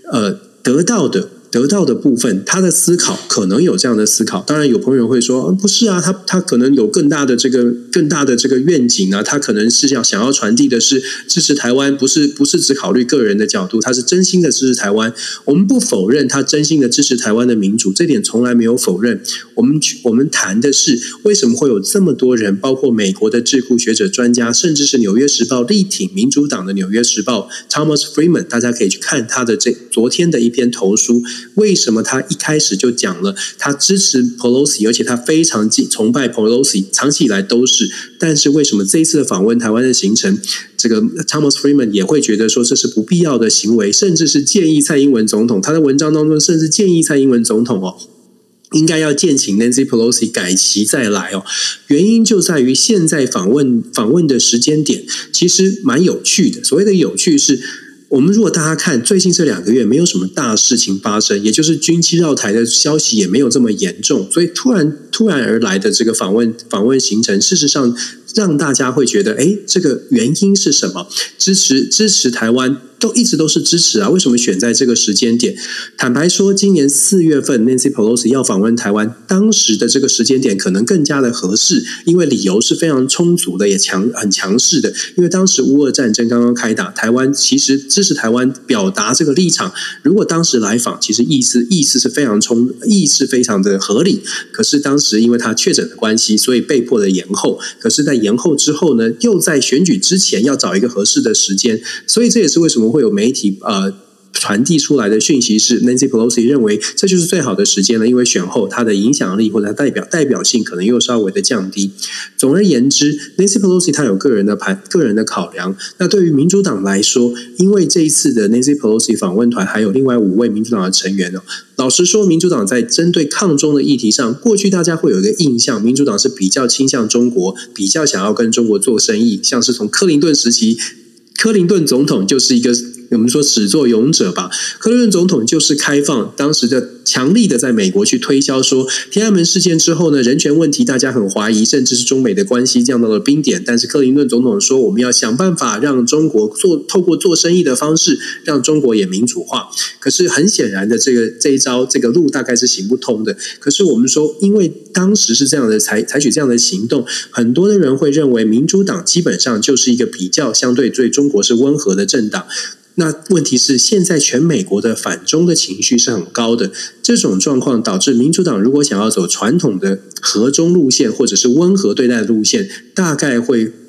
得到的部分，他的思考可能有这样的思考。当然有朋友会说不是啊，他可能有更大的这个愿景啊，他可能是想要传递的是支持台湾，不是只考虑个人的角度，他是真心的支持台湾。我们不否认他真心的支持台湾的民主，这点从来没有否认。我们谈的是为什么会有这么多人，包括美国的智库学者专家，甚至是纽约时报力挺民主党的纽约时报 Thomas Friedman， 大家可以去看他的昨天的一篇投书。为什么他一开始就讲了他支持 Pelosi， 而且他非常崇拜 Pelosi， 长期以来都是。但是为什么这一次的访问台湾的行程，这个 Thomas Friedman 也会觉得说这是不必要的行为，甚至是建议蔡英文总统，他的文章当中甚至建议蔡英文总统应该要建请 Nancy Pelosi 改期再来哦。原因就在于现在访问的时间点其实蛮有趣的。所谓的有趣是，我们如果大家看最近这2个月没有什么大事情发生，也就是军机绕台的消息也没有这么严重，所以突然而来的这个访问行程，事实上让大家会觉得这个原因是什么？支持台湾都一直都是支持啊，为什么选在这个时间点？坦白说，今年4月份 Nancy Pelosi 要访问台湾，当时的这个时间点可能更加的合适，因为理由是非常充足的，也很强势的。因为当时乌俄战争刚刚开打，台湾其实支持台湾表达这个立场，如果当时来访，其实意思是非常的合理。可是当时因为他确诊的关系，所以被迫的延后。可是在延后之后呢，又在选举之前要找一个合适的时间，所以这也是为什么会有媒体传递出来的讯息是 Nancy Pelosi 认为这就是最好的时间了，因为选后他的影响力或者他代表性可能又稍微的降低。总而言之 Nancy Pelosi 他有个人的考量。那对于民主党来说，因为这一次的 Nancy Pelosi 访问团还有另外5位民主党的成员老实说，民主党在针对抗中的议题上，过去大家会有一个印象，民主党是比较倾向中国，比较想要跟中国做生意，像是从克林顿时期，克林顿总统就是一个我们说始作俑者吧。克林顿总统就是开放，当时的强力的在美国去推销说，天安门事件之后呢，人权问题大家很怀疑，甚至是中美的关系降到了冰点。但是克林顿总统说，我们要想办法让中国透过做生意的方式，让中国也民主化。可是很显然的，这一招这个路大概是行不通的。可是我们说，因为当时是这样的采取这样的行动，很多的人会认为民主党基本上就是一个比较相对对中国是温和的政党。那问题是，现在全美国的反中的情绪是很高的，这种状况导致民主党如果想要走传统的和中路线或者是温和对待的路线，大概会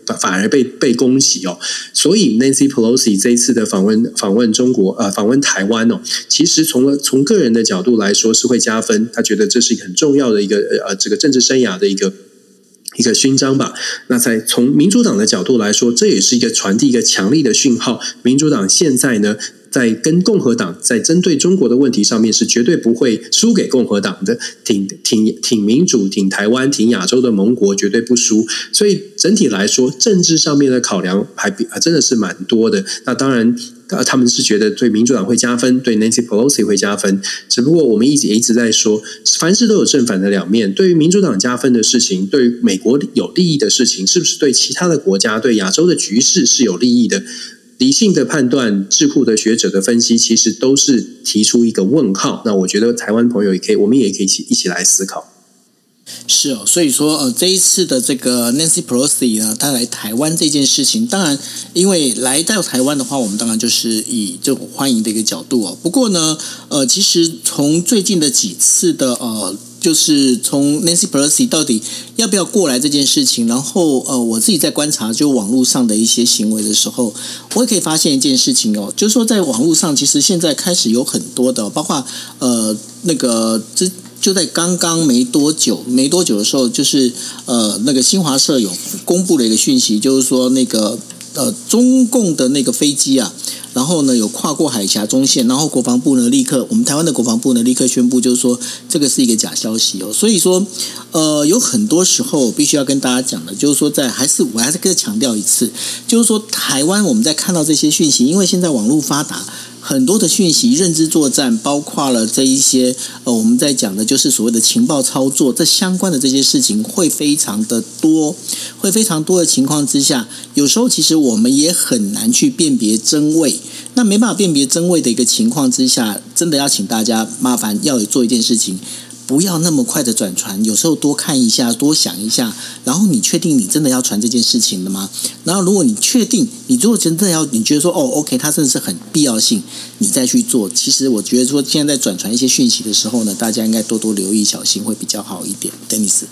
反而被攻击哦。所以 Nancy Pelosi 这一次的访问中国访问台湾哦，其实从个人的角度来说是会加分，他觉得这是一个很重要的一个这个政治生涯的一个勋章吧。那从民主党的角度来说，这也是一个传递一个强力的讯号，民主党现在呢在跟共和党在针对中国的问题上面是绝对不会输给共和党的，挺民主、挺台湾、挺亚洲的盟国绝对不输。所以整体来说，政治上面的考量还真的是蛮多的。那当然他们是觉得对民主党会加分，对 Nancy Pelosi 会加分，只不过我们一直在说，凡事都有正反的两面。对于民主党加分的事情，对于美国有利益的事情，是不是对其他的国家、对亚洲的局势是有利益的？理性的判断、智库的学者的分析，其实都是提出一个问号。那我觉得台湾朋友我们也可以一起来思考。 是哦，所以说这一次的这个 Nancy Pelosi 呢，她来台湾这件事情，当然因为来到台湾的话，我们当然就是以这种欢迎的一个角度哦。不过呢，其实从最近的几次的就是从 Nancy Pelosi 到底要不要过来这件事情，然后我自己在观察就网络上的一些行为的时候，我也可以发现一件事情哦，就是说在网络上其实现在开始有很多的，包括那个就在刚刚没多久的时候，就是那个新华社有公布了一个讯息，就是说那个中共的那个飞机啊，然后呢有跨过海峡中线，然后国防部呢我们台湾的国防部呢立刻宣布，就是说这个是一个假消息哦。所以说有很多时候必须要跟大家讲的，就是说我还是再强调一次，就是说台湾我们在看到这些讯息，因为现在网络发达。很多的讯息认知作战，包括了这一些我们在讲的就是所谓的情报操作，这相关的这些事情会非常的多，会非常多的情况之下，有时候其实我们也很难去辨别真伪。那没办法辨别真伪的一个情况之下，真的要请大家麻烦要做一件事情，不要那么快的转传，有时候多看一下，多想一下，然后你确定你真的要传这件事情了吗？然后如果你确定，你如果真的你觉得说OK， 它真的是很必要性，你再去做。其实我觉得说现在在转传一些讯息的时候呢，大家应该多多留意小心，会比较好一点。Dennis。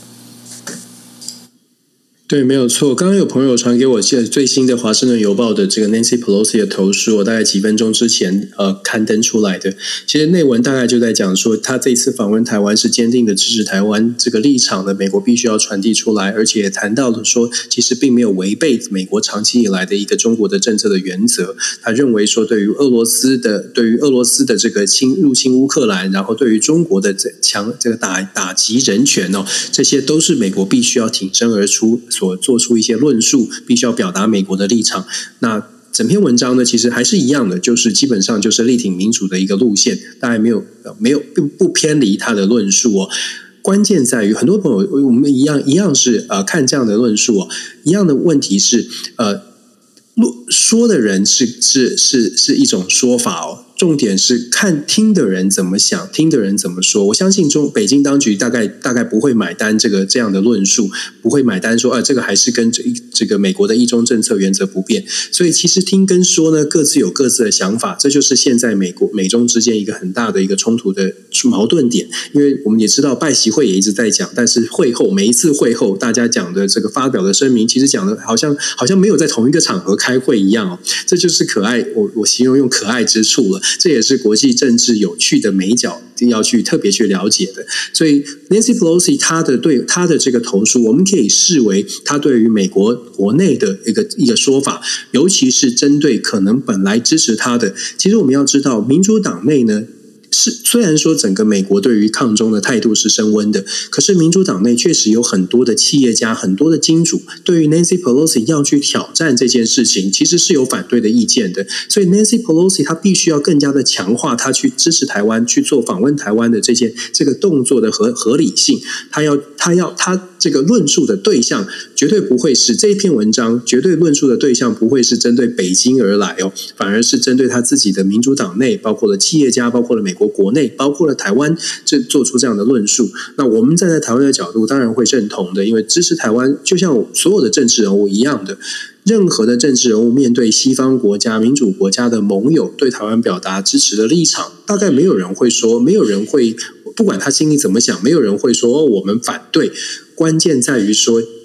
对，没有错。刚刚有朋友传给我最新的《华盛顿邮报》的这个 Nancy Pelosi 的投书，我大概几分钟之前刊登出来的。其实内文大概就在讲说，他这次访问台湾是坚定的支持台湾这个立场的，美国必须要传递出来，而且也谈到了说，其实并没有违背美国长期以来的一个中国的政策的原则。他认为说，对于俄罗斯的这个入侵乌克兰，然后对于中国的这个打击人权哦，这些都是美国必须要挺身而出。所做出一些论述，必须要表达美国的立场。那整篇文章呢，其实还是一样的，就是基本上就是力挺民主的一个路线，当然没有不偏离他的论述哦。关键在于很多朋友我们一样是看这样的论述哦，一样的问题是说的人是一种说法哦。重点是听的人怎么想，听的人怎么说。我相信北京当局大概不会买单这样的论述，不会买单说这个还是跟这个美国的一中政策原则不变。所以其实听跟说呢，各自有各自的想法，这就是现在美中之间一个很大的一个冲突的矛盾点。因为我们也知道拜习会也一直在讲，但是每一次会后大家讲的这个发表的声明，其实讲的好像没有在同一个场合开会一样哦。这就是可爱，我形容用可爱之处了。这也是国际政治有趣的美角，要去特别去了解的。所以 Nancy Pelosi 她的这个投书，我们可以视为她对于美国国内的一个说法，尤其是针对可能本来支持她的。其实我们要知道，民主党内呢，虽然说整个美国对于抗中的态度是升温的，可是民主党内确实有很多的企业家、很多的金主对于 Nancy Pelosi 要去挑战这件事情，其实是有反对的意见的。所以 Nancy Pelosi 她必须要更加的强化她去支持台湾、去做访问台湾的这个动作的合理性。她这个论述的对象绝对不会是这一篇文章，绝对论述的对象不会是针对北京而来哦，反而是针对他自己的民主党内，包括了企业家，包括了美国国内，包括了台湾，做出这样的论述。那我们站在台湾的角度，当然会认同的，因为支持台湾，就像所有的政治人物一样的。任何的政治人物面对西方国家、民主国家的盟友对台湾表达支持的立场，大概没有人会说，没有人会不管他心里怎么想，没有人会说我们反对。关键在于说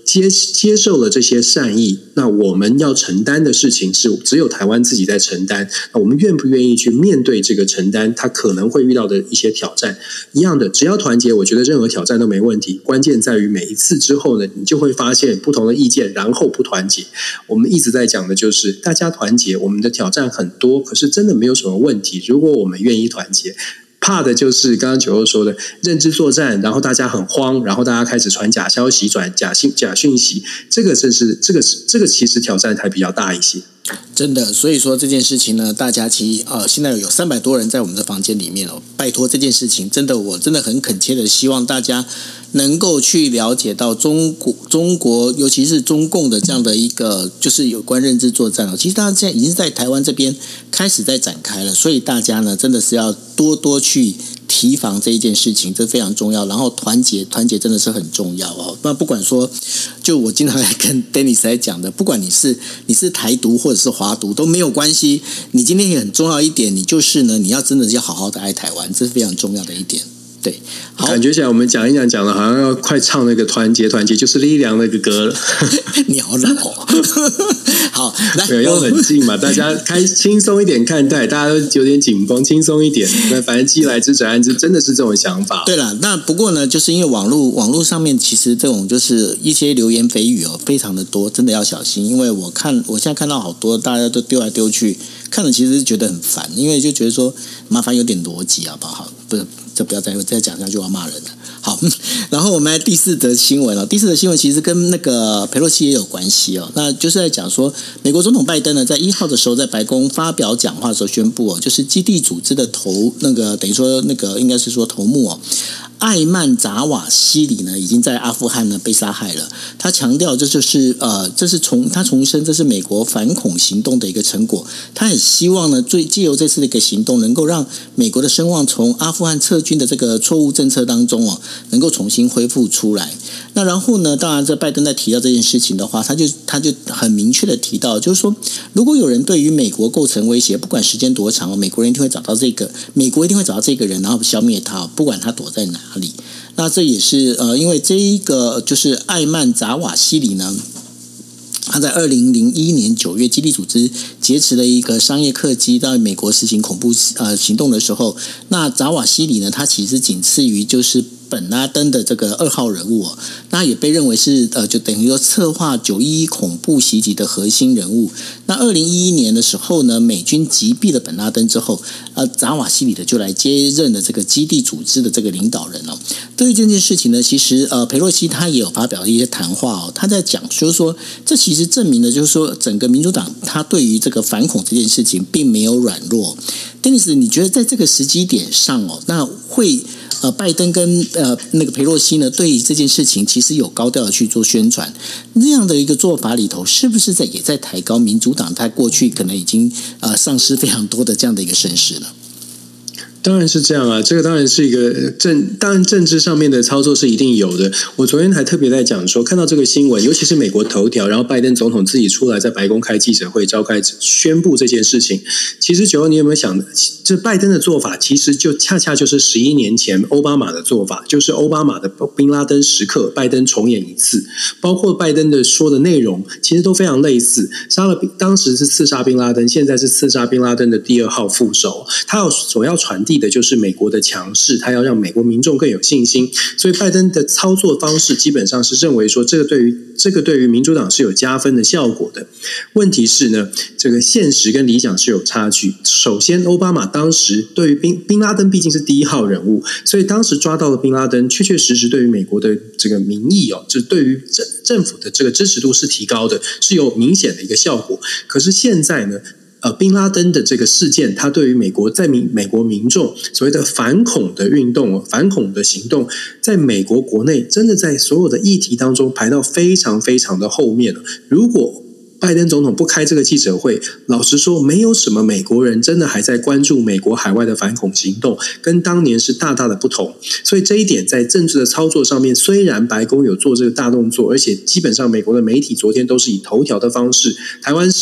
接受了这些善意，那我们要承担的事情是只有台湾自己在承担，那我们愿不愿意去面对这个承担它可能会遇到的一些挑战？一样的，只要团结，我觉得任何挑战都没问题，关键在于每一次之后呢，你就会发现不同的意见，然后不团结。我们一直在讲的就是大家团结，我们的挑战很多，可是真的没有什么问题，如果我们愿意团结。怕的就是刚刚九欧说的认知作战，然后大家很慌，然后大家开始传假消息、转假讯息，这个其实挑战还比较大一些。 真的，所以说这件事情呢，大家其实现在有300多人在我们的房间里面哦，拜托这件事情，真的我真的很恳切的希望大家能够去了解到中国尤其是中共的这样的一个就是有关认知作战哦，其实大家现在已经在台湾这边开始在展开了，所以大家呢真的是要多多去提防这一件事情，这非常重要。然后团结真的是很重要哦。那不管说，就我经常在跟 Dennis 在讲的，不管你是台独或者是华独都没有关系。你今天也很重要一点，你就是呢，你要真的要好好的爱台湾，这是非常重要的一点。对，好， 感觉起来我们讲一讲了，好像要快唱那个团结就是力量那个歌了。 你好老哦。好，来， 要冷静嘛，大家轻松一点看待，大家都有点紧绷，轻松一点。那反正既来之则安之，真的是这种想法。 对了，那不过呢，就是因为网络上面其实这种就是一些流言蜚语哦，非常的多，真的要小心。因为我现在看到好多大家都丢来丢去，看了其实是觉得很烦，因为就觉得说麻烦有点逻辑好不好？不是，这不要再讲下去，我要骂人了。好，然后我们来第4则新闻哦。第4则新闻其实跟那个佩洛西也有关系哦。那就是在讲说，美国总统拜登呢，在1号的时候在白宫发表讲话的时候宣布哦，就是基地组织的等于说应该是说头目哦，艾曼扎瓦西里呢，已经在阿富汗呢被杀害了。他强调这是他重申这是美国反恐行动的一个成果。他也希望呢，藉由这次的一个行动，能够让美国的声望从阿富汗撤军的这个错误政策当中哦，能够重新恢复出来。那然后呢，当然这拜登在提到这件事情的话，他就很明确的提到，就是说，如果有人对于美国构成威胁，不管时间多长，美国一定会找到这个人，然后消灭他，不管他躲在哪里。那这也是因为这一个就是艾曼扎瓦西里呢，他在2001年9月，基地组织劫持了一个商业客机到美国实行恐怖行动的时候，那扎瓦西里呢，他其实仅次于就是本拉登的这个2号人物哦，那也被认为是就等于说策划911恐怖袭击的核心人物。那2011年的时候呢，美军击毙了本拉登之后，扎瓦西里的就来接任了这个基地组织的这个领导人哦。对于这件事情呢，其实裴洛西他也有发表一些谈话哦，他在讲就是说，这其实证明了就是说，整个民主党他对于这个反恐这件事情并没有软弱。Dennis， 你觉得在这个时机点上哦，那会拜登跟那个裴洛西呢，对于这件事情其实有高调的去做宣传，那样的一个做法里头，是不是也在抬高民主党他过去可能已经丧失非常多的这样的一个声势呢？ 当然是这样啊，这个当然是一个当然政治上面的操作是一定有的。我昨天还特别在讲说，看到这个新闻，尤其是美国头条，然后拜登总统自己出来在白宫开记者会，召开宣布这件事情。其实9号你有没有想，这拜登的做法其实就恰恰就是11年前奥巴马的做法，就是奥巴马的宾拉登时刻，拜登重演一次，包括拜登的说的内容，其实都非常类似。当时是刺杀宾拉登，现在是刺杀宾拉登的第2号副手，他所要传递的就是美国的强势，他要让美国民众更有信心，所以拜登的操作方式基本上是认为说这个对于民主党是有加分的效果的。问题是呢，这个现实跟理想是有差距。首先，奥巴马当时对于宾拉登毕竟是第1号人物，所以当时抓到了宾拉登，确实对于美国的这个民意哦，就对于政府的这个支持度是提高的，是有明显的一个效果。可是现在呢，宾拉登的这个事件，它对于美国民众所谓的反恐的运动、反恐的行动，在美国国内真的在所有的议题当中排到非常非常的后面了。如果拜登总统不开这个记者会，老实说，没有什么美国人真的还在关注美国海外的反恐行动，跟当年是大大的不同。所以这一点在政治的操作上面，虽然白宫有做这个大动作，而且基本上美国的媒体昨天都是以头条的方式，台湾是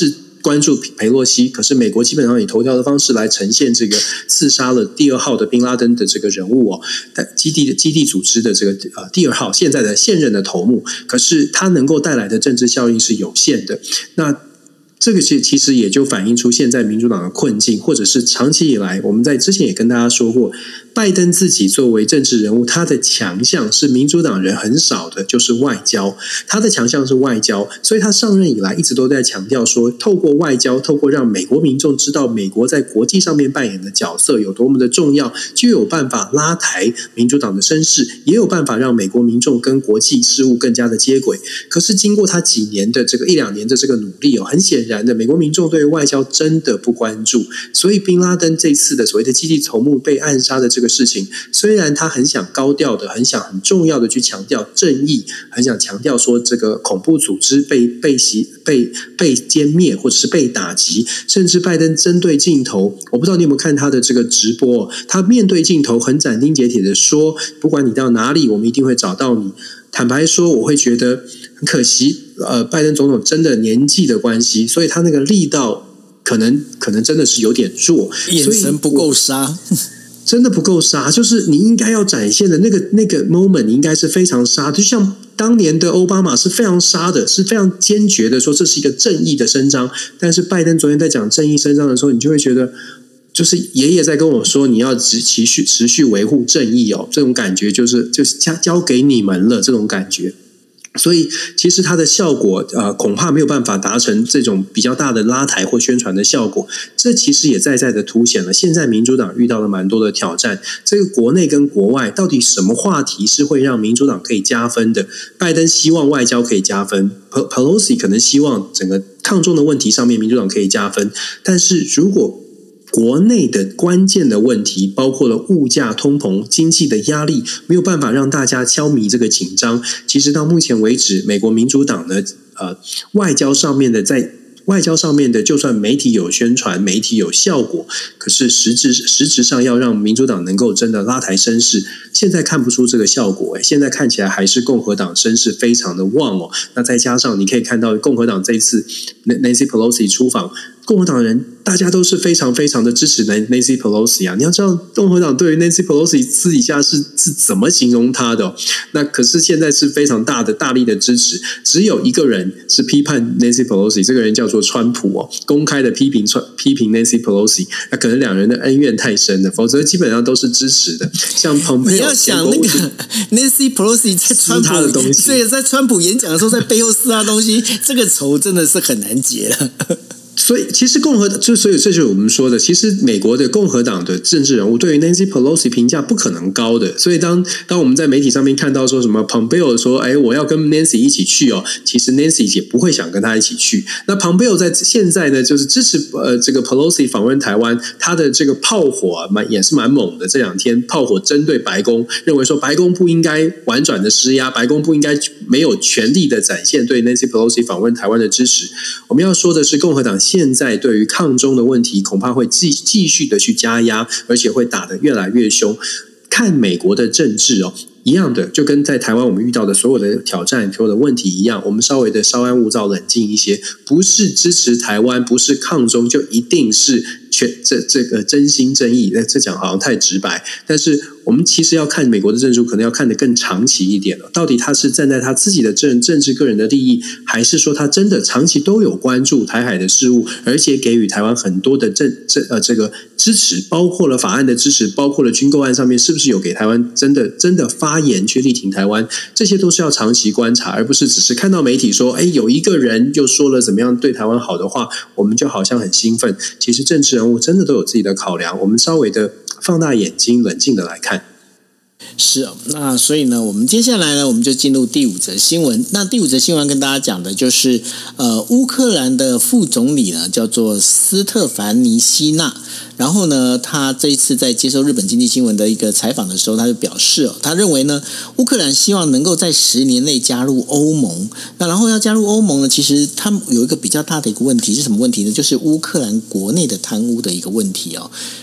关注裴洛西，可是美国基本上以头条的方式来呈现这个刺杀了第2号的宾拉登的这个人物基地组织的这个第2号现任的头目，可是他能够带来的政治效应是有限的。那这个其实也就反映出现在民主党的困境，或者是长期以来，我们在之前也跟大家说过，拜登自己作为政治人物，他的强项是民主党人很少的，就是外交。他的强项是外交，所以他上任以来一直都在强调说，透过外交，透过让美国民众知道美国在国际上面扮演的角色有多么的重要，就有办法拉抬民主党的声势，也有办法让美国民众跟国际事务更加的接轨。可是经过他几年的这个1-2年的这个努力很显然的，美国民众对于外交真的不关注。所以宾拉登这次的所谓的基地头目被暗杀的这个事情，虽然他很想高调的，很重要的去强调正义，很想强调说这个恐怖组织被歼灭或者是被打击，甚至拜登针对镜头，我不知道你有没有看他的这个直播，他面对镜头很斩钉截铁的说，不管你到哪里，我们一定会找到你。坦白说，我会觉得很可惜，拜登总统真的年纪的关系，所以他那个力道可能真的是有点弱， 眼神不够杀， 真的不够杀。就是你应该要展现的那个 moment， 你应该是非常杀，就像当年的奥巴马是非常杀的，是非常坚决的说这是一个正义的伸张。但是拜登昨天在讲正义伸张的时候，你就会觉得，就是爷爷在跟我说你要持续维护正义这种感觉就是交给你们了这种感觉。所以其实它的效果恐怕没有办法达成这种比较大的拉抬或宣传的效果。这其实也在的凸显了现在民主党遇到了蛮多的挑战，这个国内跟国外到底什么话题是会让民主党可以加分的。拜登希望外交可以加分， Pelosi 可能希望整个抗中的问题上面民主党可以加分，但是如果国内的关键的问题包括了物价、通膨、经济的压力，没有办法让大家消弭这个紧张。其实到目前为止，美国民主党呢，外交上面的，就算媒体有宣传，媒体有效果，可是实质上要让民主党能够真的拉抬声势，现在看不出这个效果。现在看起来还是共和党声势非常的旺那再加上你可以看到共和党这一次 Nancy Pelosi 出访，共和党人大家都是非常非常的支持 Nancy Pelosi 你要知道共和党对于 Nancy Pelosi 私底下是怎么形容他的那可是现在是非常大力的支持。只有一个人是批判 Nancy Pelosi， 这个人叫做川普公开的批评 Nancy Pelosi， 那可能两人的恩怨太深了，否则基本上都是支持的。像Pompeo， 你要想那个 Nancy Pelosi 在川普的东西，所以在川普演讲的时候在背后撕他东西，这个仇真的是很难结了。 所以其实所以这就是我们说的，其实美国的共和党的政治人物对于 Nancy Pelosi 评价不可能高的。所以当我们在媒体上面看到说什么 Pompeo 说我要跟 Nancy 一起去其实 Nancy 也不会想跟他一起去。那 Pompeo 在现在呢，就是支持这个 Pelosi 访问台湾，他的这个炮火也是蛮猛的。这2天炮火针对白宫，认为说白宫不应该婉转的施压，白宫不应该没有权力的展现对 Nancy Pelosi 访问台湾的支持。我们要说的是，共和党现在对于抗中的问题恐怕会继续的去加压，而且会打得越来越凶。看美国的政治一样的，就跟在台湾我们遇到的所有的挑战、所有的问题一样，我们稍微的稍安勿躁、冷静一些，不是支持台湾，不是抗中，就一定是这个真心真意。这讲好像太直白，但是我们其实要看美国的政治，可能要看得更长期一点了。到底他是站在他自己的政治个人的利益，还是说他真的长期都有关注台海的事务，而且给予台湾很多的这个支持，包括了法案的支持，包括了军购案上面是不是有给台湾真的发言去力挺台湾，这些都是要长期观察，而不是只是看到媒体说有一个人就说了怎么样对台湾好的话，我们就好像很兴奋。其实政治人物真的都有自己的考量，我们稍微的放大眼睛，冷静的来看。 是那所以呢，我们接下来呢，我们就进入第5则新闻。那第5则新闻跟大家讲的就是乌克兰的副总理呢叫做斯特凡尼希纳。然后呢，他这一次在接受日本经济新闻的一个采访的时候，他就表示他认为呢，乌克兰希望能够在10年内加入欧盟。那然后要加入欧盟呢，其实他们有一个比较大的一个问题是什么问题呢？就是乌克兰国内的贪污的一个问题那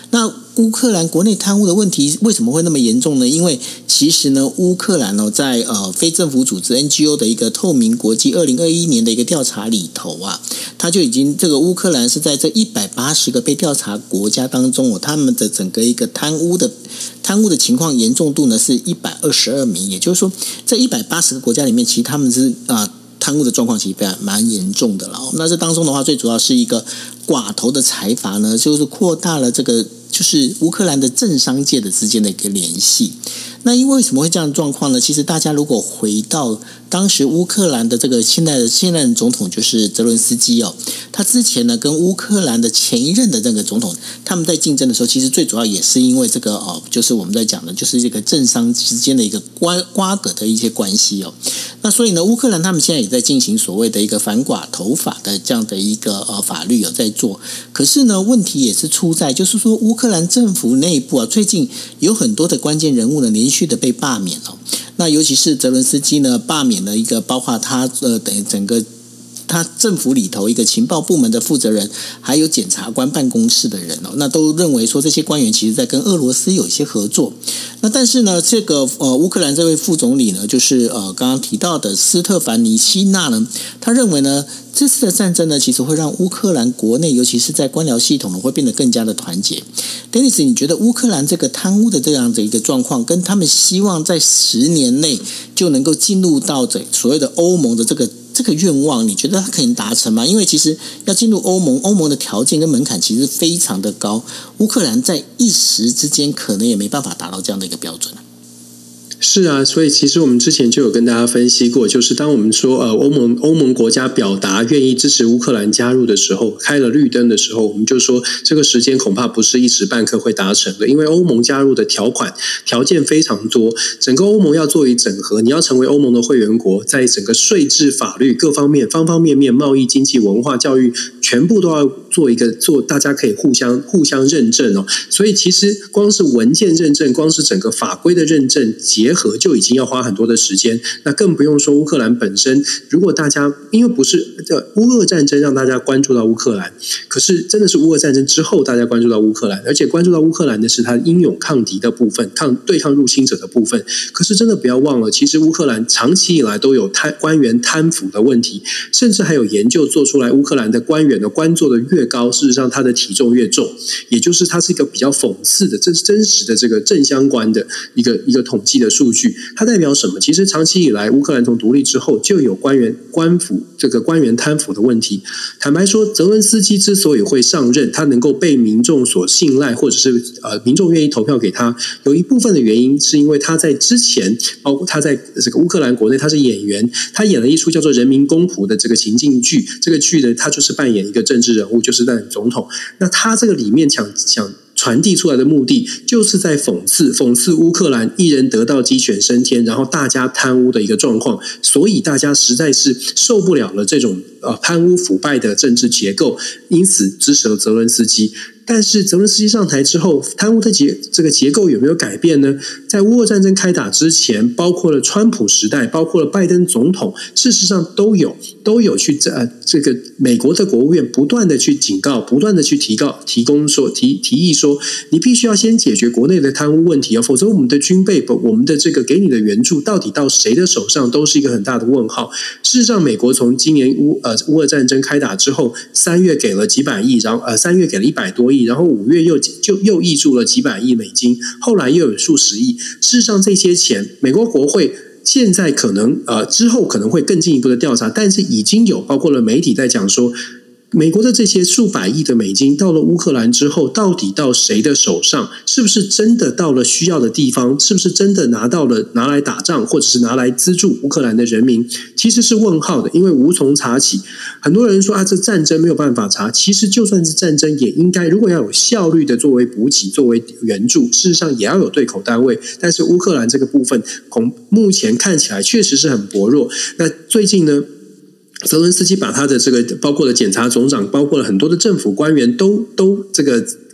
乌克兰国内贪污的问题为什么会那么严重呢？因为其实呢，乌克兰在非政府组织 NGO 的一个透明国际2021年的一个调查里头啊，他就已经这个乌克兰是在这180个被调查国家当中他们的整个一个贪污的情况严重度呢是122名，也就是说在180个国家里面，其实他们是贪污的状况其实蛮严重的了。那这当中的话，最主要是一个寡头的财阀呢，就是扩大了这个就是乌克兰的政商界的之间的一个联系。那因为什么会这样的状况呢？其实大家如果回到当时乌克兰的这个现在的总统就是泽伦斯基他之前呢跟乌克兰的前一任的这个总统他们在竞争的时候，其实最主要也是因为这个就是我们在讲的就是这个政商之间的一个瓜葛的一些关系那所以呢，乌克兰他们现在也在进行所谓的一个反寡头法的这样的一个法律在做。可是呢，问题也是出在就是说乌克兰政府内部最近有很多的关键人物呢连续的被罢免那尤其是泽伦斯基呢罢免了一个包括他等于整个他政府里头一个情报部门的负责人，还有检察官办公室的人那都认为说这些官员其实在跟俄罗斯有一些合作。那但是呢，这个乌克兰这位副总理呢，就是刚刚提到的斯特凡尼希纳呢，他认为呢，这次的战争呢，其实会让乌克兰国内，尤其是在官僚系统呢，会变得更加的团结。Dennis， 你觉得乌克兰这个贪污的这样的一个状况，跟他们希望在10年内就能够进入到所谓的欧盟的这个愿望，你觉得它可以达成吗？因为其实要进入欧盟的条件跟门槛其实非常的高，乌克兰在一时之间可能也没办法达到这样的一个标准。 是啊，所以其实我们之前就有跟大家分析过，就是当我们说欧盟国家表达愿意支持乌克兰加入的时候，开了绿灯的时候，我们就说这个时间恐怕不是一时半刻会达成的，因为欧盟加入的条件非常多，整个欧盟要做一整合，你要成为欧盟的会员国，在整个税制、法律各方面、方方面面、贸易、经济、文化、教育，全部都要做大家可以互相认证所以其实光是文件认证，光是整个法规的认证结合就已经要花很多的时间，那更不用说乌克兰本身。如果大家因为不是乌俄战争让大家关注到乌克兰，可是真的是乌俄战争之后大家关注到乌克兰，而且关注到乌克兰的是他英勇抗敌的部分，对抗入侵者的部分。可是真的不要忘了，其实乌克兰长期以来都有官员贪腐的问题，甚至还有研究做出来，乌克兰的官员的官做的越高，事实上他的体重越重，也就是它是一个比较讽刺的真实的这个正相关的一个统计的数据。它代表什么？其实长期以来乌克兰从独立之后就有官员贪腐的问题。坦白说，泽伦斯基之所以会上任，他能够被民众所信赖，或者是民众愿意投票给他，有一部分的原因是因为他在之前，包括他在这个乌克兰国内他是演员，他演了一出叫做《人民公仆》的这个情境剧，这个剧呢他就是扮演一个政治人物，就是在总统。那他这个里面想传递出来的目的，就是在讽刺乌克兰一人得道鸡犬升天，然后大家贪污的一个状况，所以大家实在是受不了了这种贪污腐败的政治结构，因此支持了泽伦斯基。但是泽伦斯基上台之后，贪污的这个结构有没有改变呢？在乌俄战争开打之前，包括了川普时代，包括了拜登总统，事实上都有去这个美国的国务院不断的去警告，不断的去提议说，你必须要先解决国内的贪污问题否则我们的军备，我们的这个给你的援助到底到谁的手上，都是一个很大的问号。事实上，美国从今年乌俄战争开打之后，3月给了几百亿，然后3月给了100多亿。然后5月又挹注了几百亿美金，后来又有数十亿。事实上，这些钱，美国国会现在可能之后可能会更进一步的调查，但是已经有包括了媒体在讲说，美国的这些数百亿的美金到了乌克兰之后，到底到谁的手上？是不是真的到了需要的地方？是不是真的拿来打仗，或者是拿来资助乌克兰的人民？其实是问号的，因为无从查起。很多人说这战争没有办法查，其实就算是战争，也应该如果要有效率的作为补给、作为援助，事实上也要有对口单位。但是乌克兰这个部分，目前看起来确实是很薄弱。那最近呢？泽伦斯基把他的这个包括了检察总长，包括了很多的政府官员都这个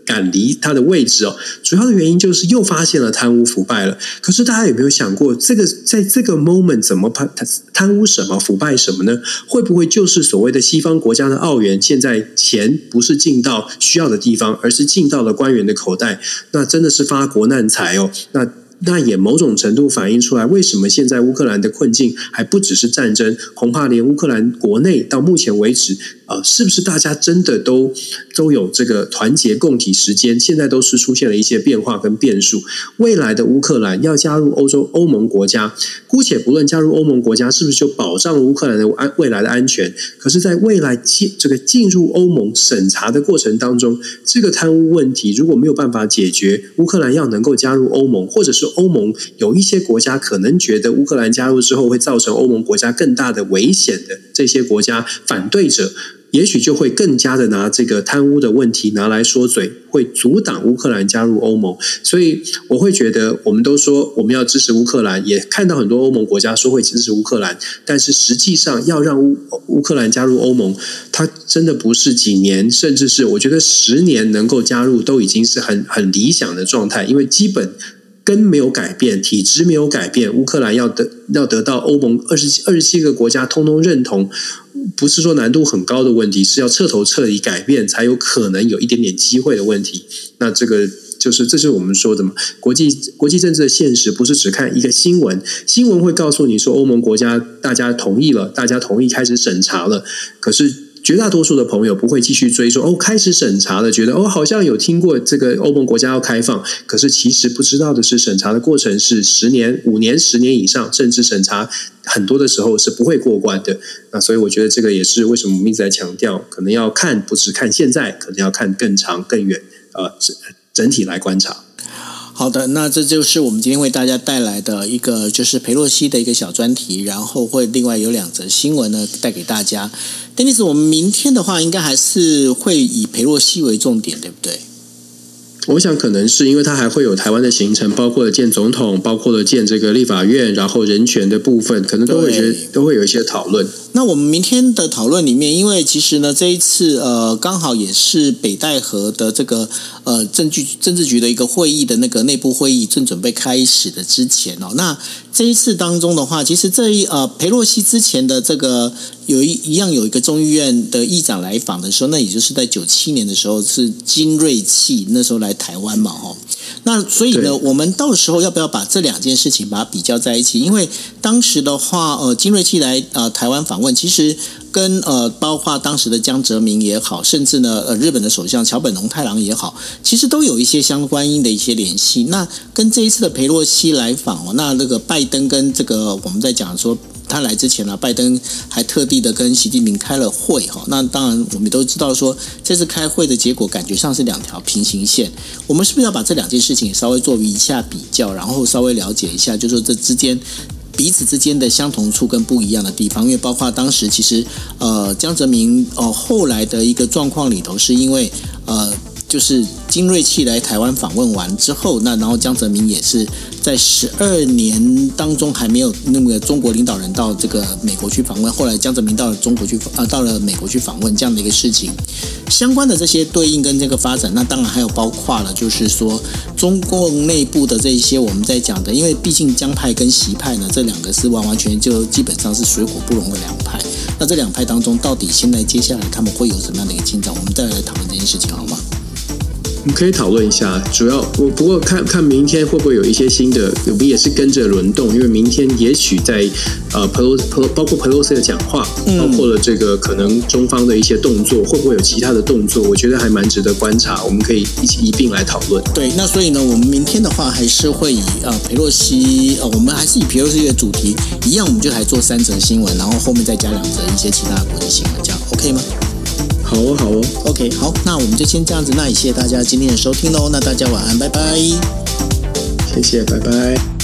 赶离他的位置哦，主要的原因就是又发现了贪污腐败了。可是大家有没有想过，在这个 moment 怎么贪污什么腐败什么呢？会不会就是所谓的西方国家的澳元，现在钱不是进到需要的地方，而是进到了官员的口袋？那真的是发国难财哦。那也某种程度反映出来，为什么现在乌克兰的困境还不只是战争，恐怕连乌克兰国内到目前为止，是不是大家真的都有这个团结共体时间？现在都是出现了一些变化跟变数。未来的乌克兰要加入欧盟国家，姑且不论加入欧盟国家是不是就保障了乌克兰的未来的安全，可是在未来这个进入欧盟审查的过程当中，这个贪污问题如果没有办法解决，乌克兰要能够加入欧盟，或者是欧盟有一些国家可能觉得乌克兰加入之后会造成欧盟国家更大的危险的这些国家反对者，也许就会更加的拿这个贪污的问题拿来说嘴，会阻挡乌克兰加入欧盟。所以我会觉得，我们都说我们要支持乌克兰，也看到很多欧盟国家说会支持乌克兰，但是实际上要让乌克兰加入欧盟，它真的不是几年，甚至是我觉得10年能够加入都已经是很理想的状态，因为基本根没有改变，体制没有改变，乌克兰要得到欧盟27个国家通通认同，不是说难度很高的问题，是要彻头彻底改变才有可能有一点点机会的问题。那这就是我们说的嘛，国际政治的现实不是只看一个新闻会告诉你说欧盟国家大家同意了，大家同意开始审查了，可是绝大多数的朋友不会继续追说开始审查了，觉得好像有听过这个欧盟国家要开放，可是其实不知道的是审查的过程是10年、5年、10年以上，甚至审查很多的时候是不会过关的。那所以我觉得这个也是为什么我们一直在强调，可能要看不只看现在，可能要看更长更远，整体来观察。 好的，那这就是我们今天为大家带来的一个就是裴洛西的一个小专题，然后会另外有2则新闻呢带给大家。Dennis， 我们明天的话应该还是会以裴洛西为重点，对不对？ 我想可能是因为它还会有台湾的行程，包括了见总统，包括了见这个立法院，然后人权的部分，可能都会有一些讨论。 那我们明天的讨论里面，因为其实呢这一次刚好也是北戴河的这个政治局的一个会议的那个内部会议正准备开始的之前哦，那这一次当中的话，其实裴洛西之前的这个有一个众议院的议长来访的时候，那也就是在97年的时候是金瑞气那时候来台湾嘛，那所以呢，我们到时候要不要把这2件事情把它比较在一起？因为当时的话，金瑞气来台湾访问，其实跟包括当时的江泽民也好，甚至呢日本的首相桥本龙太郎也好，其实都有一些相关的一些联系。那跟这一次的裴洛西来访那个拜登跟这个我们在讲说他来之前呢，拜登还特地的跟习近平开了会那当然我们都知道说这次开会的结果感觉上是2条平行线。我们是不是要把这2件事情稍微做一下比较，然后稍微了解一下，就是说这之间彼此之间的相同处跟不一样的地方？因为包括当时其实江泽民后来的一个状况里头，是因为就是金瑞气来台湾访问完之后，然后江泽民也是在12年当中还没有那个中国领导人到这个美国去访问，后来江泽民到了美国去访问这样的一个事情，相关的这些对应跟这个发展，那当然还有包括了就是说中共内部的这一些我们在讲的，因为毕竟江派跟习派呢这2个是完完全就基本上是水火不容的2派，那这2派当中到底现在接下来他们会有什么样的一个进展，我们再来讨论这件事情好吗？ 我们可以讨论一下，主要不过看明天会不会有一些新的，我们也是跟着轮动，因为明天也许在包括 Pelosi 的讲话，包括了这个可能中方的一些动作，会不会有其他的动作？我觉得还蛮值得观察，我们可以一并来讨论。 对，那所以呢，我们明天的话还是会以裴洛西，我们还是以裴洛西的主题一样，我们就来做3则新闻，然后后面再加2则一些其他的国际新闻，这样 OK 吗？ 好哦 OK， 好，那我们就先这样子，那也谢谢大家今天的收听咯，那大家晚安，拜拜。 谢谢，拜拜。